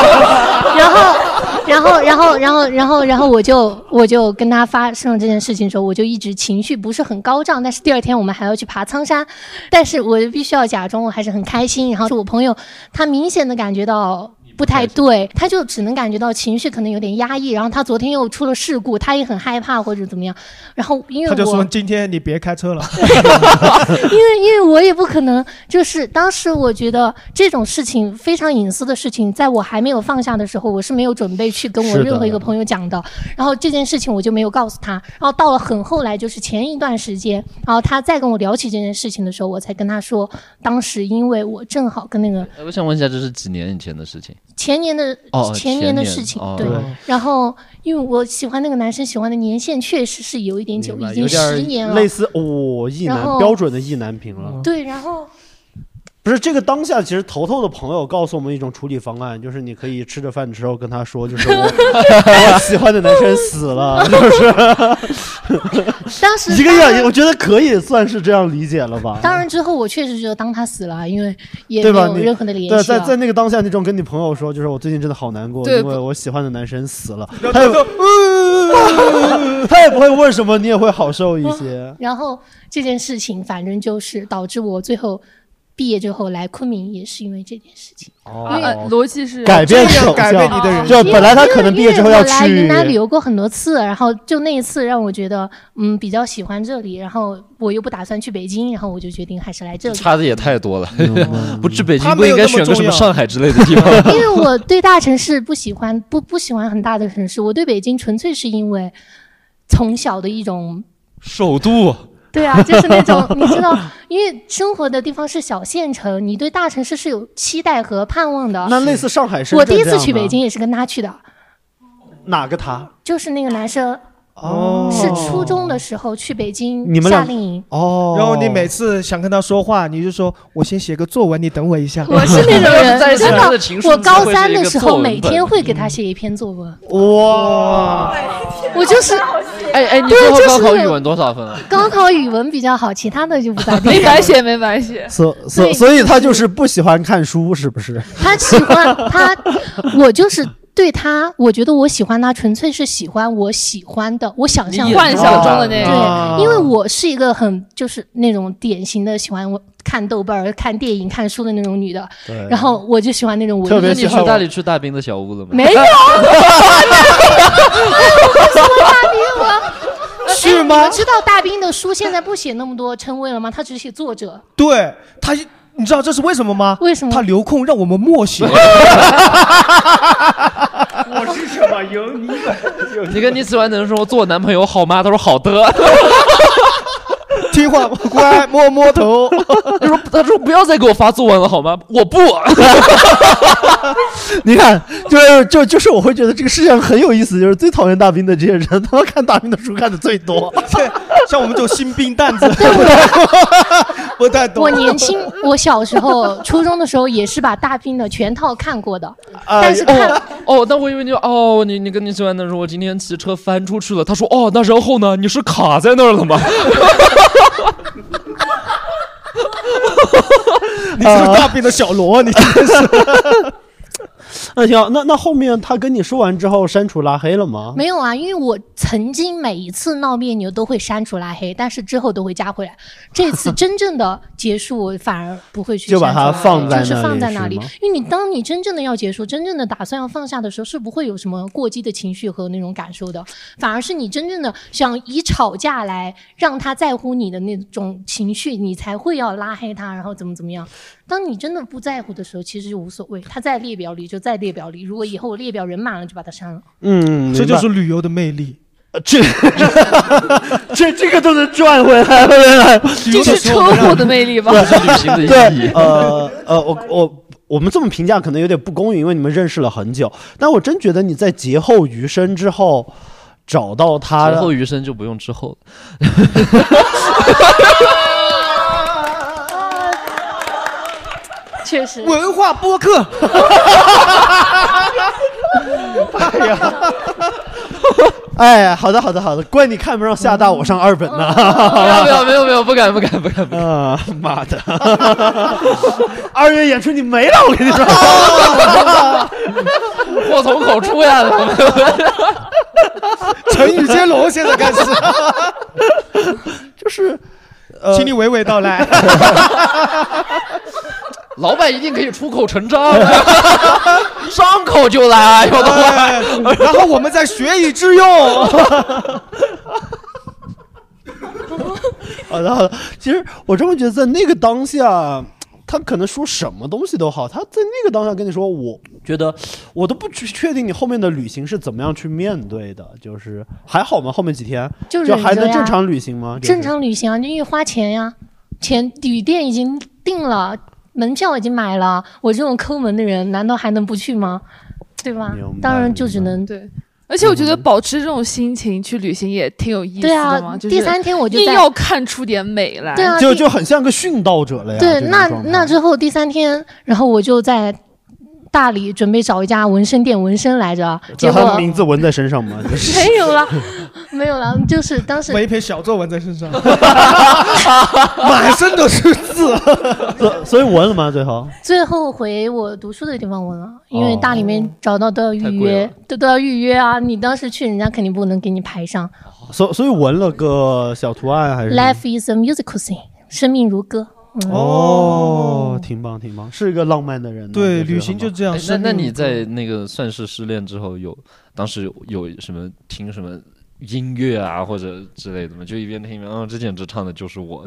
然后我就跟他发生了这件事情的时候，我就一直情绪不是很高涨，但是第2天我们还要去爬苍山，但是我必须要假装我还是很开心。然后是我朋友，他明显的感觉到不太对，他就只能感觉到情绪可能有点压抑，然后他昨天又出了事故，他也很害怕或者怎么样，然后因为他就说今天你别开车了因为我也不可能，就是当时我觉得这种事情非常隐私的事情，在我还没有放下的时候，我是没有准备去跟我任何一个朋友讲的，然后这件事情我就没有告诉他，然后到了很后来，就是前一段时间，然后他再跟我聊起这件事情的时候，我才跟他说，当时因为我正好跟那个， 我想问一下，这是几年以前的事情？ 前年的事情，对。然后因为我喜欢那个男生，喜欢的年限确实是有一点久，已经10年了， 类似意男标准的意男评了。 对，然后不是这个当下，其实头头的朋友告诉我们一种处理方案，就是你可以吃着饭的时候跟他说，就是我喜欢的男生死了，就是当时一个月，我觉得可以算是这样理解了吧。 当然之后我确实就当他死了，因为也没有任何的联系。 对，在那个当下那种跟你朋友说，就是我最近真的好难过，因为我喜欢的男生死了，他也不会问什么，你也会好受一些。 然后这件事情反正就是导致我最后毕业之后来昆明，也是因为这件事情。 因为逻辑是改变手改变你的人， 就本来他可能毕业之后要去。 我来云南旅游过很多次，然后就那一次让我觉得比较喜欢这里，然后我又不打算去北京，然后我就决定还是来这里。 差的也太多了，不去北京不应该选个什么上海之类的地方？ 因为我对大城市不喜欢，不喜欢很大的城市。我对北京纯粹是因为从小的一种首都。 对啊，就是那种你知道，因为生活的地方是小县城，你对大城市是有期待和盼望的。 那类似上海、深圳， 我第一次去北京也是跟他去的。 哪个他？ 就是那个男生。 哦， 是初中的时候去北京你们夏令营哦，然后你每次想跟他说话，你就说我先写个作文，你等我一下。 我是那种人，真的。我高3的时候每天会给他写一篇作文。 哇， 我就是， 你最后高考语文多少分啊？ 高考语文比较好，其他的就不咋地。 没白写，没白写。 所以他就是不喜欢看书，是不是？ 他喜欢他，我就是。对他，我觉得我喜欢他，纯粹是喜欢我喜欢的，我想象幻想中的那种。对，因为我是一个很就是那种典型的喜欢看豆瓣、看电影、看书的那种女的。对。然后我就喜欢那种文艺。 特别喜欢大理去大兵的小屋了吗？ 没有。我喜欢大兵吗？是吗？你们知道大兵的书现在不写那么多称谓了吗？他只写作者。 对他。你知道这是为什么吗？ 为什么？ 他留空让我们默写。我是什么有你？ 你跟你喜欢的人说做我男朋友好吗？他说好的。 听话乖，摸摸头。 他说不要再给我发作文了好吗？我不。 你看，就是我会觉得这个世界上很有意思，就是最讨厌大兵的这些人，他们看大兵的书看的最多。 对，像我们这种新兵蛋子，不太懂。 我小时候初中的时候也是把大兵的全套看过的，但是看那我以为你跟你喜欢的人说我今天骑车翻出去了，他说那然后呢？你是卡在那儿了吗？ 你是大兵的小罗，你真是。 那行，那后面他跟你说完之后删除拉黑了吗？ 没有啊，因为我曾经每一次闹别扭都会删除拉黑，但是之后都会加回来。这次真正的结束，我反而不会去删除， 就把它放在那里， 就是放在那里。因为当你真正的要结束，真正的打算要放下的时候，是不会有什么过激的情绪和那种感受的，反而是你真正的想以吵架来让他在乎你的那种情绪，你才会要拉黑他，然后怎么样。当你真的不在乎的时候，其实就无所谓，他在列表里就在列表里，如果以后列表人满了就把它删了。 这就是旅游的魅力。 这个都能赚回来， 这是车祸的魅力吧？ 这是旅行的意义。 我们这么评价可能有点不公允，因为你们认识了很久，但我真觉得你在劫后余生之后找到他， 劫后余生就不用之后了。 确实， 文化播客。 哎，好的，怪你看不上厦大，我上2本呢。 没有，不敢。 妈的，2月演出你没了，我跟你说。 祸从口出呀！ 成语接龙，现在开始。 就是， 请你娓娓道来。 老板一定可以出口成章，张口就来，有的话， 然后我们再学以致用。 好的，其实我真的觉得在那个当下，他可能说什么东西都好，他在那个当下跟你说，我觉得我都不确定你后面的旅行是怎么样去面对的，就是还好吗？后面几天就还能正常旅行吗？ 正常旅行啊，因为花钱呀，旅店已经定了。门票已经买了，我这种抠门的人难道还能不去吗？对吧？当然就只能对。而且我觉得保持这种心情去旅行也挺有意思的嘛。 对啊，第3天我就硬要看出点美来， 对啊， 就很像个殉道者了呀。 对，那之后第3天，然后我就在大理准备找一家纹身店纹身来着，结果他的名字纹在身上吗？ 没有了，就是当时纹一篇小作文在身上，满身都是字。 所以纹了吗？ 最后回我读书的地方纹了，因为大里面找到都要预约，都要预约啊！你当时去，人家肯定不能给你排上。 所以纹了个小图案还是 ？Life is a musical thing， 生命如歌。 挺棒，是一个浪漫的人。 对，旅行就这样。 那你在那个算是失恋之后，当时有什么听什么音乐啊或者之类的吗？就一边听一边，这简直唱的就是我。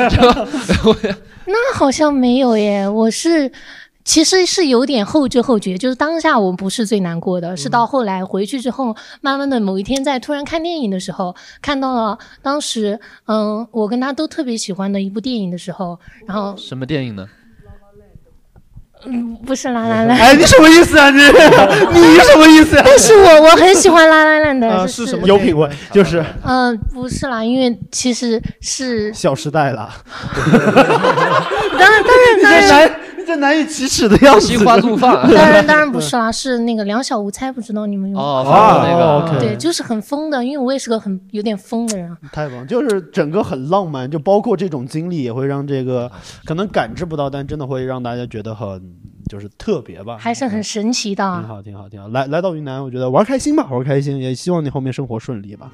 那好像没有耶，其实是有点后知后觉，就是当下我不是最难过的，是到后来回去之后，慢慢的某一天在突然看电影的时候，看到了当时我跟他都特别喜欢的一部电影的时候，然后什么电影呢？ 不是拉拉烂。 哎，你什么意思啊？你什么意思啊？ 但是我很喜欢拉拉烂的。 是什么？有品味，就是不是啦，因为其实是 《小时代》啦。 当然。 你这难以启齿的样子， 心花怒放。 当然不是啦，是那个两小无猜，不知道你们有那个对，就是很疯的，因为我也是个有点疯的人。 太棒，就是整个很浪漫，就包括这种经历也会让这个可能感知不到，但真的会让大家觉得很就是特别吧， 还是很神奇的。 挺好。来到云南，我觉得玩开心吧，玩开心，也希望你后面生活顺利吧。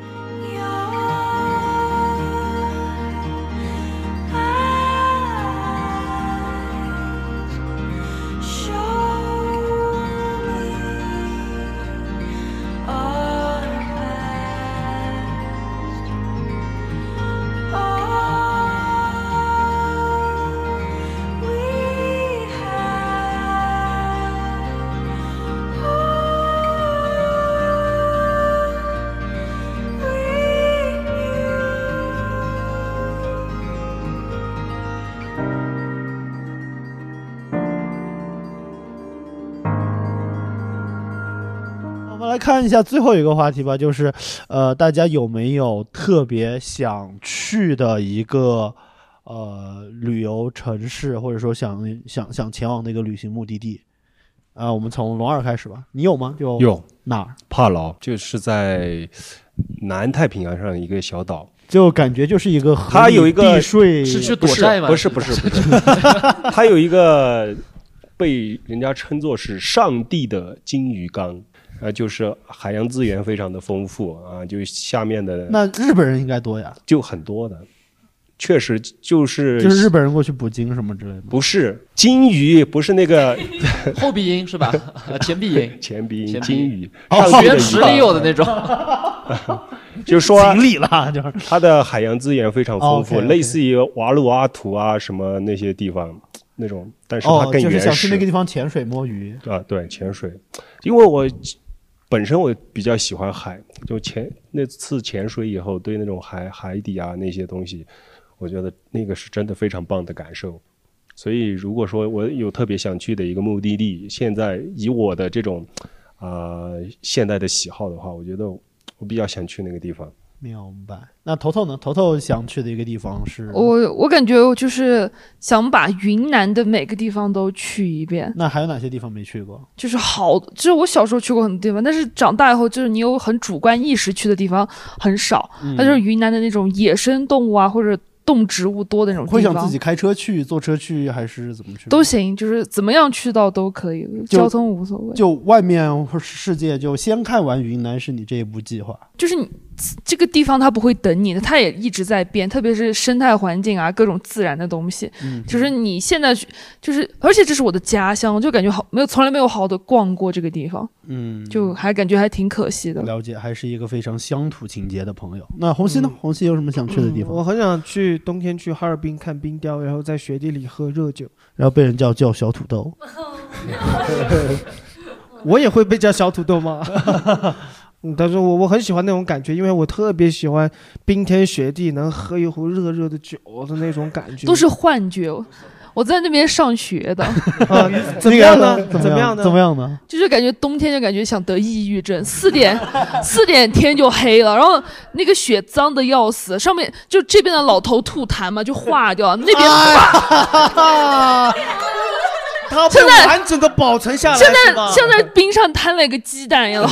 来看一下最后一个话题吧，就是大家有没有特别想去的一个旅游城市，或者说想前往的一个旅行目的地？我们从龙二开始吧，你有吗？ 有哪儿？ 帕劳，就是在南太平洋上一个小岛， 就感觉就是一个它有一个避税， 是去躲债吗？ 不是，它有一个被人家称作是上帝的金鱼缸。就是海洋资源非常的丰富啊，就下面的那日本人应该多呀， 就很多的，确实就是日本人过去捕鲸什么之类的， 不是金鱼，不是那个后鼻音是吧？前鼻音， 前鼻音，金鱼， 原池里有的那种， 就是说井里了，就是它的海洋资源非常丰富，类似于瓦努阿图啊什么那些地方那种，但是它更原始， 就是想去那个地方潜水摸鱼啊，对，潜水，因为我本身我比较喜欢海，就那次潜水以后，对那种海底啊那些东西，我觉得那个是真的非常棒的感受。所以如果说我有特别想去的一个目的地，现在以我的这种现代的喜好的话，我觉得我比较想去那个地方。 明白。那头头呢？头头想去的一个地方是？ 我感觉我就是想把云南的每个地方都去一遍。 那还有哪些地方没去过？ 就是我小时候去过很多地方，但是长大以后，就是你有很主观意识去的地方很少。那就是云南的那种野生动物啊，或者动植物多的那种地方。 会想自己开车去、坐车去，还是怎么去？ 都行，就是怎么样去到都可以，交通无所谓。 就外面世界，就先看完云南是你这一步计划。 就是你这个地方它不会等你的，它也一直在变，特别是生态环境啊，各种自然的东西。就是你现在就是而且这是我的家乡，就感觉从来没有好的逛过这个地方。就还感觉还挺可惜的。 了解，还是一个非常乡土情节的朋友。那红熙呢？红熙有什么想去的地方？ 我很想去冬天去哈尔滨看冰雕，然后在雪地里喝热酒， 然后被人叫小土豆。 我也会被叫小土豆吗？但是我很喜欢那种感觉，因为我特别喜欢冰天雪地能喝一壶热热的酒的那种感觉。 都是幻觉。我在那边上学的。 怎么样呢？怎么样呢？ 就是感觉冬天就感觉想得抑郁症，4点天就黑了，然后那个雪脏的要死，上面就这边的老头吐痰嘛就化掉，那边它被完整的保存下来， 像在冰上摊了一个鸡蛋一样。然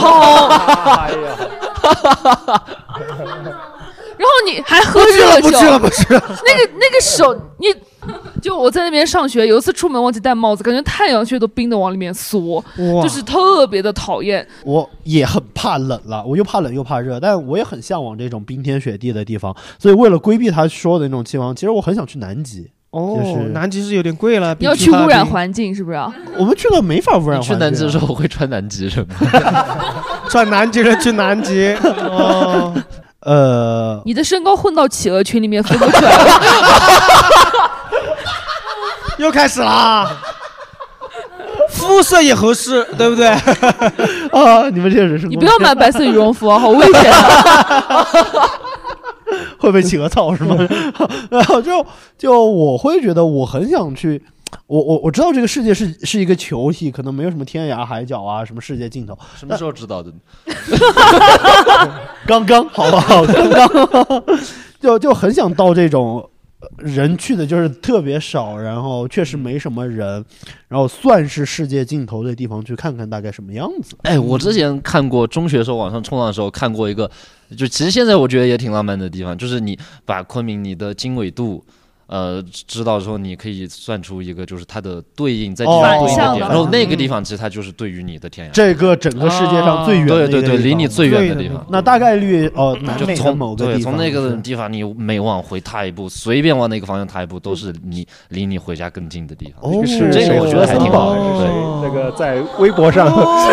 后你还喝热酒， 不去了。 那个手，就我在那边上学，有一次出门忘记戴帽子，感觉太阳穴都冰的往里面缩，就是特别的讨厌。 我也很怕冷了，我又怕冷又怕热，但我也很向往这种冰天雪地的地方。所以为了规避他说的那种情况，其实我很想去南极。 南极是有点贵了， 你要去污染环境是不是？ 我们去了没法污染环境。 去南极的时候会穿南极人吗？ 穿南极人去南极。 你的身高混到企鹅群里面分不出来了。 又开始啦。肤色也合适，对不对？ 你们这人是。 你不要买白色羽绒服啊，好危险啊！ 会被企鹅操是吗？然后就我会觉得我很想去， 我知道这个世界是一个球体，可能没有什么天涯海角啊，什么世界尽头。 什么时候知道的？ 刚刚好不好？刚刚就很想到这种人去的就是特别少，然后确实没什么人，然后算是世界尽头的地方去看看大概什么样子。 哎，我之前看过中学时候网上冲浪的时候看过一个，就其实现在我觉得也挺浪漫的地方，就是你把昆明你的经纬度。知道之后，你可以算出一个，就是它的对应在地方对应的地方，然后那个地方其实它就是对于你的天涯， 这个整个世界上最远的一个地方， 对，离你最远的地方。 那大概率南美的某个地方， 对，从那个地方你每往回踏一步，随便往那个方向踏一步，都是你离你回家更近的地方。 哦， 这个我觉得还挺好的。对， 那个在微博上，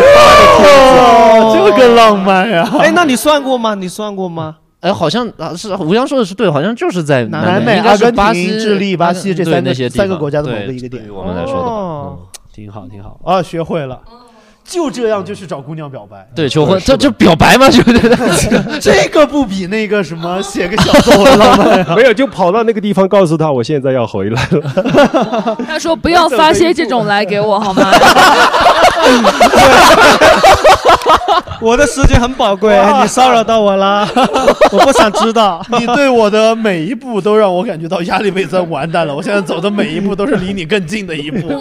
这个浪漫呀！ 哎，那你算过吗？ 哎，好像是吴阳说的是对，好像就是在南美、阿根廷、智利、巴西这三个国家的某个一个点。 对我们来说的话， 挺好啊，学会了。就这样就去找姑娘表白， 对，求婚，这表白吗？就这个不比那个什么写个小作文浪漫？ 没有，就跑到那个地方告诉他，我现在要回来了。 他说不要发些这种来给我好吗？ 我的时间很宝贵，你骚扰到我了，我不想知道。 你对我的每一步都让我感觉到压力倍增，完蛋了！我现在走的每一步都是离你更近的一步。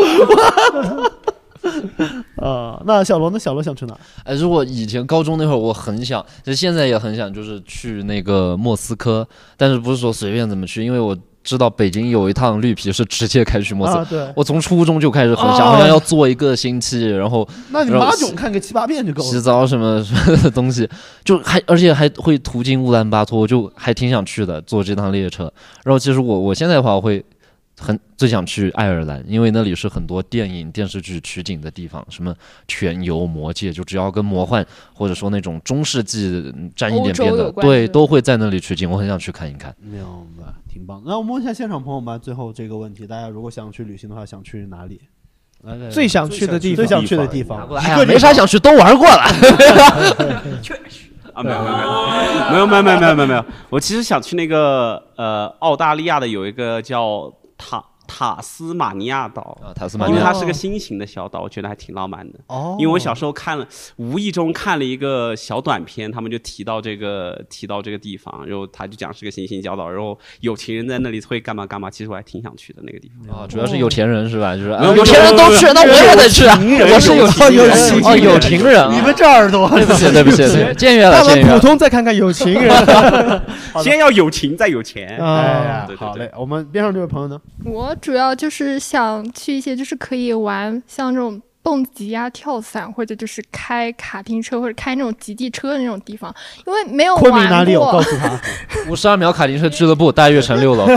那小罗呢？小罗想去哪？ 哎，如果以前高中那会儿，我很想，其实现在也很想，就是去那个莫斯科，但是不是说随便怎么去，因为我知道北京有一趟绿皮是直接开去莫斯科， 对， 我从初中就开始很想，好像要坐1个星期，然后那你马囧看个7、8遍就够了， 洗澡什么的东西，就而且还会途经乌兰巴托，我就还挺想去的，坐这趟列车。然后其实我现在的话，我会最想去爱尔兰，因为那里是很多电影电视剧取景的地方，什么全游、魔戒，就只要跟魔幻或者说那种中世纪沾一点边的，对，都会在那里取景，我很想去看一看。 明白，挺棒。那我们问一下现场朋友们，最后这个问题，大家如果想去旅行的话，想去哪里？ 最想去的地方， 最想去的地方， 没啥想去，都玩过了。 确实啊，没有，我其实想去那个澳大利亚的有一个叫塔斯马尼亚岛，因为它是个新型的小岛，我觉得还挺浪漫的。因为我小时候无意中看了一个小短片，他们就提到这个地方，然后他就讲是个新型小岛，然后有钱人在那里会干嘛。其实我还挺想去的那个地方。 主要是有钱人是吧？就是有钱人都去，那我也得去啊！我是有情人， 你们这耳朵， 对不起，僭越了。 他们普通再看看有情人， 先要有情再有钱。 哎，好嘞，我们边上这位朋友呢？ 我主要就是想去一些就是可以玩像这种蹦极啊、跳伞，或者就是开卡丁车或者开那种极地车的那种地方，因为没有玩过。 昆明哪里有？告诉他。 52秒卡丁车俱乐部，大悦城6楼。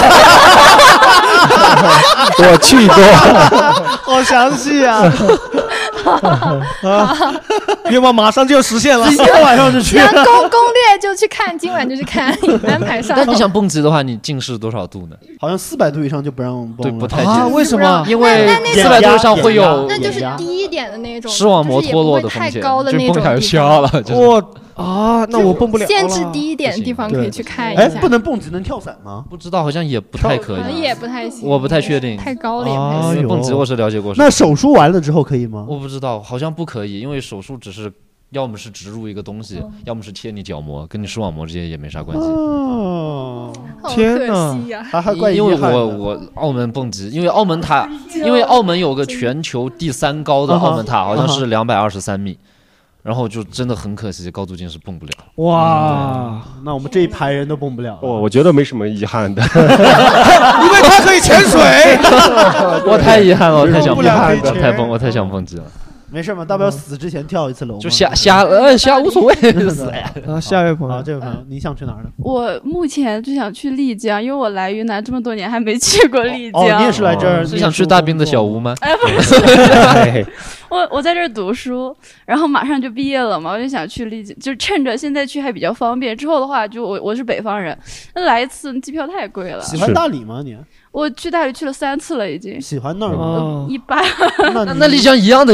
我去过， 好详细啊！愿望马上就实现了， 今天晚上就去。 攻略就去看，今晚就去看，安排上。 但你想蹦极的话，你近视多少度呢？ 好像400度以上就不让蹦了。 对，不太近。 为什么？ 因为400度以上会有， 那就是低一点的那种， 视网膜脱落的风险， 太高的那种就蹦下就瞎了。 那我蹦不了了。 限制低一点的地方可以去看一下。 不能蹦极，能跳伞吗？ 不知道，好像也不太可以， 可能也不太行。 我不太确定， 太高了也不太行。 蹦极我是了解过。 那手术完了之后可以吗？ 我不知道，好像不可以，因为手术只是要么是植入一个东西，要么是切你角膜，跟你视网膜之间也没啥关系。 天哪！ 因为我澳门蹦极，因为澳门有个全球第3高的澳门塔，好像是223米。然后就真的很可惜，高度近视蹦不了。 哇，那我们这一排人都蹦不了。 我觉得没什么遗憾的， 因为他可以潜水。 我太遗憾了，我太想蹦极了。 没事嘛，大不了死之前跳一次楼， 就瞎无所谓。 下一位朋友， 这位朋友，你想去哪儿呢？ 我目前就想去丽江，因为我来云南这么多年还没去过丽江。 你也是来这儿？ 是想去大兵的小屋吗？ 哎，不是，我在这儿读书，然后马上就毕业了嘛，我就想去丽江，就趁着现在去还比较方便。之后的话，就我是北方人，那来一次机票太贵了。 喜欢大理吗你？ 我去大理去了3次了，已经。 喜欢那儿吗？ 一般。 那丽江一样的呀，那没什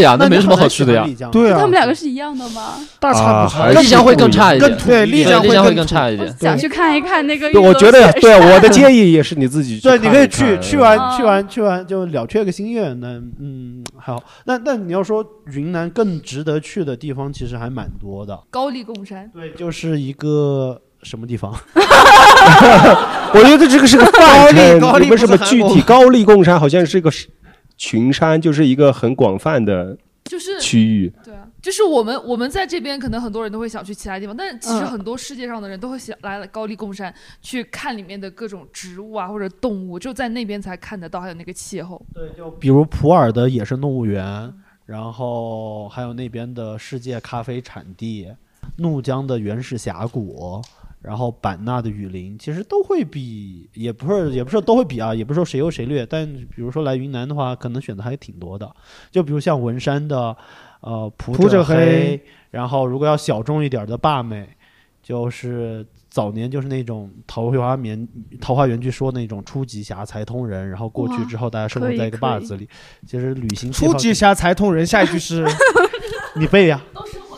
什么好去的呀？ 对啊， 他们两个是一样的吗？ 大差不差， 丽江会更差一点， 对，丽江会更差一点。 想去看一看那个。 我觉得，对我的建议也是你自己去。 对，你可以去完就了却个心愿。那好，那你要说云南更值得去的地方，其实还蛮多的。 高丽贡山， 对，就是一个什么地方？ 我觉得这个是个泛称，有没有什么具体？高丽贡山好像是一个群山，就是一个很广泛的区域。 对啊，就是我们在这边可能很多人都会想去其他地方，但是其实很多世界上的人都会想来高丽贡山去看里面的各种植物啊或者动物，就在那边才看得到，还有那个气候。 对，就比如普洱的野生动物园，然后还有那边的世界咖啡产地，怒江的原始峡谷。然后版纳的雨林其实都会比，也不是都会比啊，也不是说谁优谁劣，但比如说来云南的话，可能选择还挺多的。就比如像文山的普者黑，然后如果要小众一点的坝美，就是早年就是那种桃花源据说那种初级峡才通人，然后过去之后大家生活在一个坝子里。其实旅行初级峡才通人，下一句是你背呀。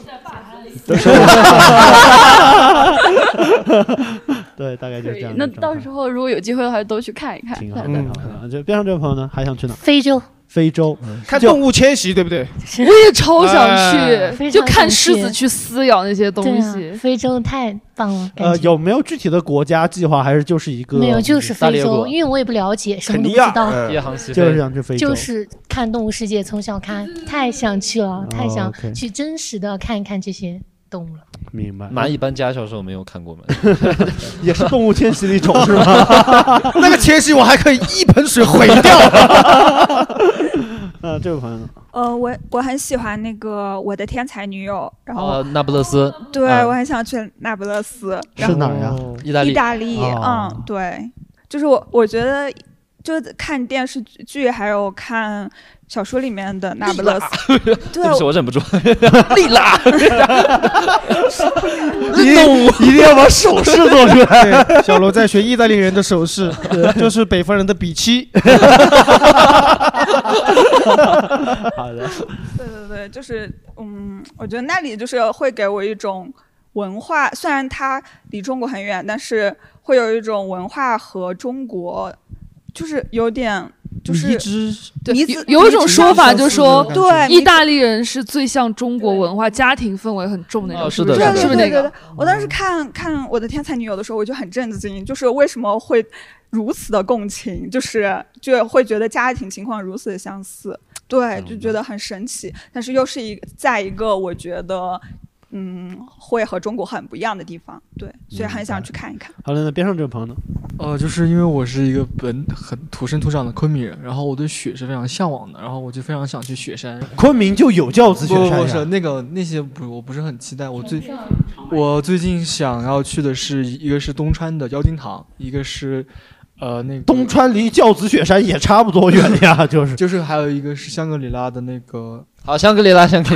对，大概就是这样。 那到时候如果有机会的话，都去看一看。 挺好的。就边上这位朋友呢，还想去哪？ 非洲看动物迁徙，对不对？ 我也超想去，就看狮子去撕咬那些东西。 非洲太棒了。 有没有具体的国家计划？还是就是一个？ 没有，就是非洲，因为我也不了解，什么都不知道。 就是想去非洲， 就是看动物世界，从小看，太想去了，太想去真实的看一看这些动物了。 明白。 蚂蚁搬家小时候没有看过吗？ 也是动物迁徙的一种是吗？ 那个迁徙我还可以一盆水毁掉。 这位朋友呢？ 我很喜欢那个《我的天才女友》，然后那不勒斯。 对，我很想去那不勒斯。 是哪呀？ 意大利。 意大利，对，就是我觉得，就看电视剧还有看小说里面的那不勒斯， 对不起，我忍不住。 利拉， 一定要把手势做出来。 对，小罗在学意大利人的手势，就是北方人的比七。 好的。 对，就是我觉得那里就是会给我一种文化，虽然它离中国很远，但是会有一种文化和中国就是有点。就是有一种说法，就是说， 对， 意大利人是最像中国文化，家庭氛围很重的那种。 是的， 是不是那个？ 我当时看我的天才女友的时候，我就很震惊，就是为什么会如此的共情，就会觉得家庭情况如此的相似，对，就觉得很神奇，但是又是在一个我觉得。会和中国很不一样的地方，对，所以很想去看一看。 好了，那边上这位朋友呢？ 就是因为我是一个很土生土长的昆明人，然后我对雪是非常向往的，然后我就非常想去雪山。 昆明就有教子雪山呀？ 不是那些我不是很期待。我最近想要去的是一个是东川的妖精堂，一个是那个东川离教子雪山也差不多远呀， 就是还有一个是香格里拉的那个。 好，香格里拉的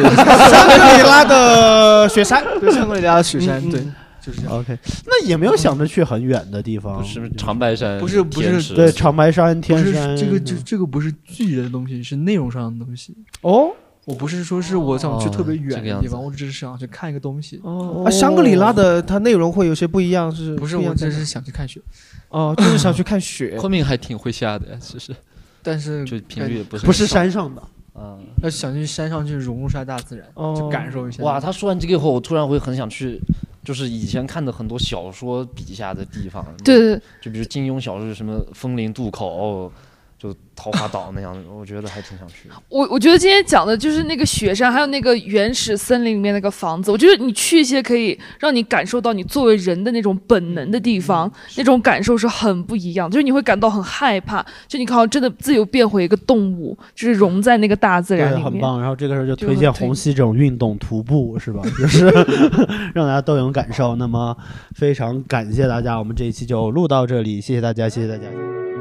雪山， 对，香格里拉的雪山，对，就是这样。 OK， 那也没有想着去很远的地方， 是长白山， 不是， 对，长白山、天山， 这个不是具体的东西，是内容上的东西。 哦， 我不是说是我想去特别远的地方，我只是想去看一个东西。 香格里拉的它内容会有些不一样， 不是？我只是想去看雪。 就是想去看雪。 昆明还挺会下的呀，其实， 但是就频率也不是山上的。 要想去山上去融入下大自然，去感受一下。 哇，他说完这个以后，我突然会很想去，就是以前看的很多小说笔下的地方。 对， 就比如金庸小说什么风陵渡口。就桃花岛那样的，我觉得还挺想去。 我觉得今天讲的就是那个雪山，还有那个原始森林里面那个房子。我觉得你去一些可以让你感受到你作为人的那种本能的地方，那种感受是很不一样。就是你会感到很害怕，就你好像真的自由变回一个动物，就是融在那个大自然里面。 很棒。然后这个时候就推荐虹吸这种运动，徒步是吧？就是让大家都有感受。那么非常感谢大家，我们这一期就录到这里，谢谢大家，谢谢大家。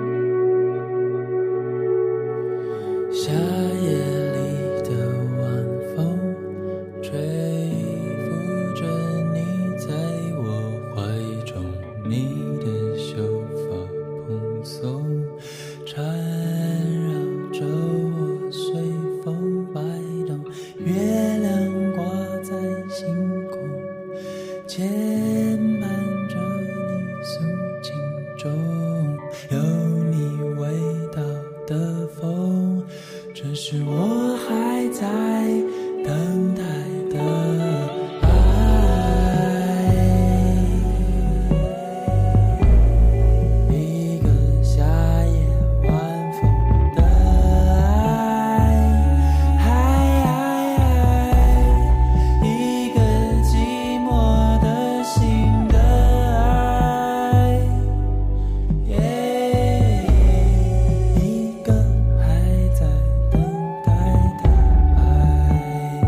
夏夜里的晚风吹拂着你在我怀中，你的秀发蓬松缠绕着我随风摆动。 有你味道的风，这是我还在等待的爱。一个夏夜晚风的爱，一个寂寞的心的爱，一个还在等待的爱。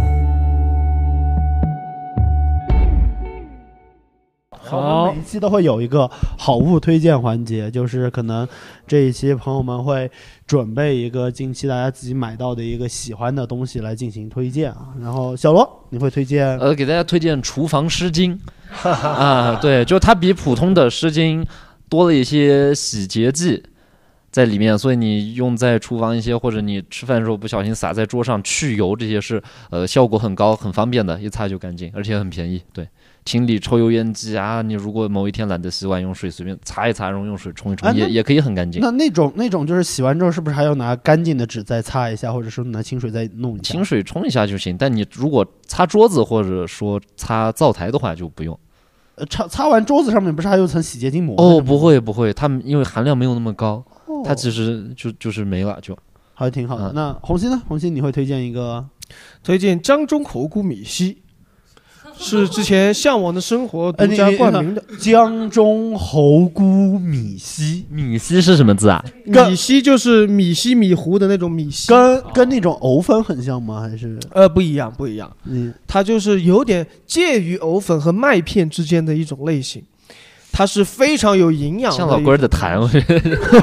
好，每一期都会有一个好物推荐环节，就是可能这一期朋友们会准备一个近期大家自己买到的一个喜欢的东西来进行推荐啊。然后小罗，你会推荐？ 给大家推荐厨房湿巾啊，对，就它比普通的湿巾多了一些洗洁剂在里面，所以你用在厨房一些，或者你吃饭的时候不小心洒在桌上去油，这些是效果很高、很方便的，一擦就干净，而且很便宜。对，清理抽油烟机啊，你如果某一天懒得洗碗，用水随便擦一擦，然后用水冲一冲，也可以很干净。 那种就是洗完之后是不是还要拿干净的纸再擦一下，或者说拿清水再弄一下？ 清水冲一下就行，但你如果擦桌子或者说擦灶台的话就不用。 擦完桌子上面不是还有层洗洁精膜？ 哦，不会，它因为含量没有那么高，它其实就是没了就。 还挺好的。那红熙呢？红熙你会推荐一个？ 推荐江中猴菇米稀，是之前《向往的生活》独家冠名的。 江中猴菇米稀， 米稀是什么字啊？ 米稀就是米稀米糊的那种米稀， 跟那种藕粉很像吗？还是不一样。它就是有点介于藕粉和麦片之间的一种类型，它是非常有营养的。 像老龟的痰，我觉得。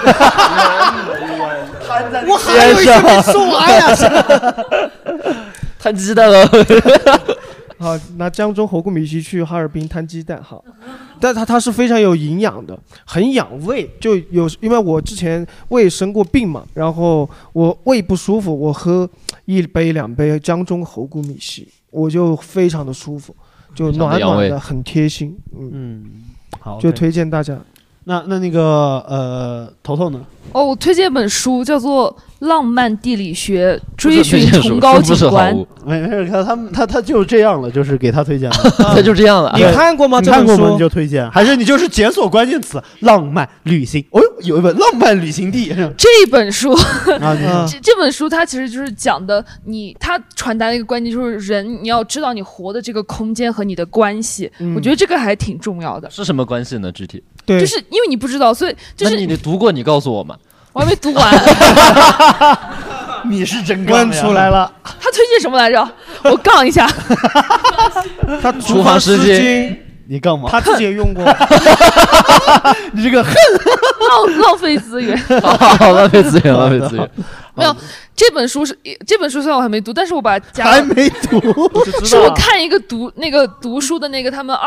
我还以为是没说完呀， 摊鸡蛋了。 好，拿江中猴菇米稀去哈尔滨摊鸡蛋。好，但它是非常有营养的，很养胃。就因为我之前胃生过病嘛，然后我胃不舒服，我喝1杯2杯江中猴菇米稀，我就非常的舒服，就暖暖的，很贴心。 好， 就推荐大家。 那个头头呢？ 我推荐一本书，叫做《浪漫地理学：追寻崇高景观》。 没事，他就这样了，就是给他推荐了， 他就这样了。 你看过吗？ 你看过吗？你就推荐，还是你就是检索关键词浪漫旅行？哦，有一本浪漫旅行地。 这本书这本书它其实就是讲的它传达的一个观念就是人你要知道你活的这个空间和你的关系，我觉得这个还挺重要的。 是什么关系呢？具体？ 对， 就是因为你不知道，所以就是那你读过，你告诉我嘛。 我还没读完。 你是真问出来了。 他推荐什么来着？我杠一下。 他厨房湿巾， 你杠吗？ 他自己也用过。 你这个恨， 浪费资源。 浪费资源。 没有，这本书虽然我还没读，但是我把它加了。 还没读， 是我看一个读书的那个他们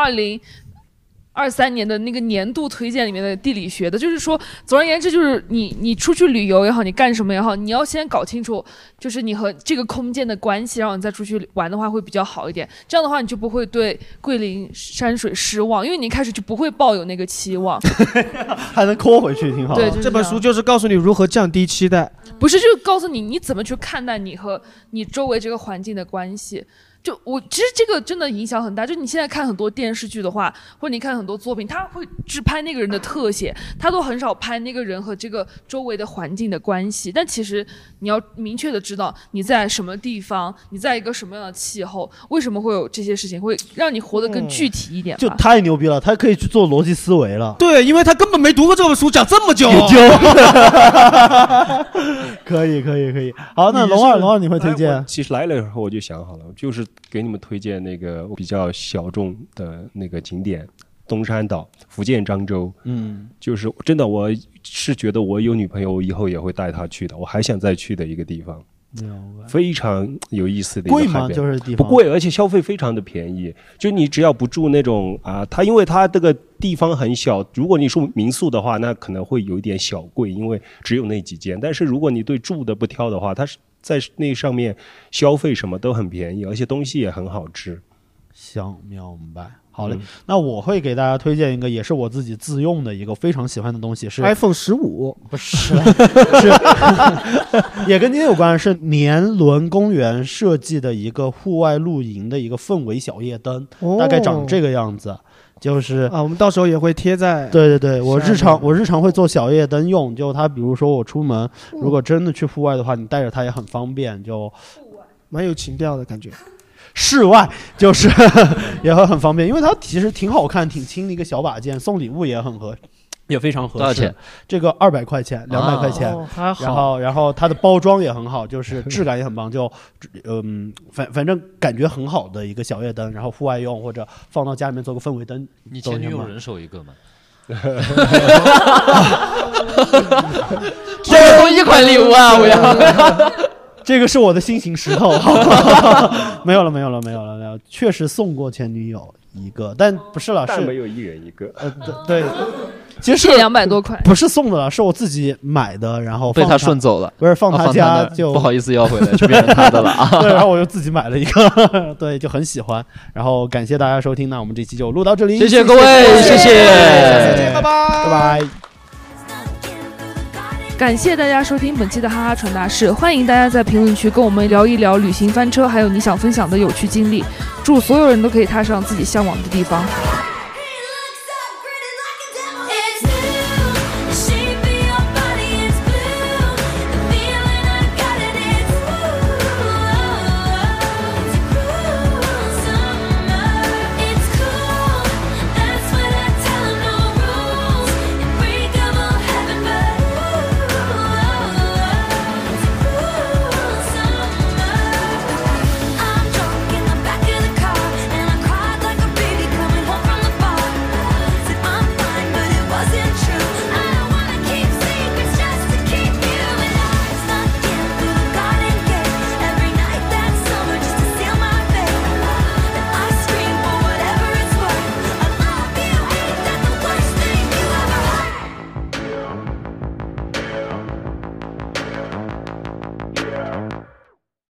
2023年的那个年度推荐里面的地理学的，就是说，总而言之，就是你出去旅游也好，你干什么也好，你要先搞清楚，就是你和这个空间的关系，然后你再出去玩的话会比较好一点。这样的话，你就不会对桂林山水失望，因为你一开始就不会抱有那个期望， 还能抠回去，挺好的。 对，就是这本书就是告诉你如何降低期待， 不是，就是告诉你怎么去看待你和你周围这个环境的关系。就其实这个真的影响很大，就你现在看很多电视剧的话，或者你看很多作品，他会只拍那个人的特写，他都很少拍那个人和这个周围的环境的关系。但其实你要明确的知道你在什么地方，你在一个什么样的气候，为什么会有这些事情，会让你活得更具体一点。 就太牛逼了，他可以去做逻辑思维了。 对，因为他根本没读过这本书，讲这么久。 可以。好，那龙二你会推荐？ 其实来了以后我就想好了，就是给你们推荐那个比较小众的那个景点，东山岛，福建漳州。就是真的，我是觉得我有女朋友以后也会带她去的，我还想再去的一个地方。非常有意思的一个海边。贵吗？ 就是地方不贵，而且消费非常的便宜。就你只要不住那种它因为它这个地方很小，如果你住民宿的话，那可能会有一点小贵，因为只有那几间。但是如果你对住的不挑的话，它是在那上面消费什么都很便宜，而且东西也很好吃。 想明白。好嘞，那我会给大家推荐一个，也是我自己自用的一个非常喜欢的东西，是 iPhone 15， 不是，是也跟今天有关，是年轮公园设计的一个户外露营的一个氛围小夜灯，大概长这个样子。就是我们到时候也会贴在。 对，我日常会做小夜灯用，就它比如说我出门，如果真的去户外的话，你带着它也很方便，就蛮有情调的感觉。 室外就是也会很方便，因为它其实挺好看、挺轻的一个小把件，送礼物也很也非常合适。 多少钱？ 这个200块钱、200块钱， 还好。 然后它的包装也很好，就是质感也很棒，就反正感觉很好的一个小夜灯，然后户外用或者放到家里面做个氛围灯。 你前女友人手一个吗？这个都一款礼物啊！我要。 这个是我的心形石头，没有了，确实送过前女友一个，但不是了， 但没有一人一个。 对，其实 200多块， 不是送的了，是我自己买的，然后被他顺走了， 不是放他家就不好意思要回来，就变成他的了啊。 对，然后我就自己买了一个，对，就很喜欢。然后感谢大家收听，那我们这期就录到这里， 谢谢各位，谢谢， 再见，拜拜。 感谢大家收听本期的哈哈传达室，欢迎大家在评论区跟我们聊一聊旅行翻车，还有你想分享的有趣经历。祝所有人都可以踏上自己向往的地方。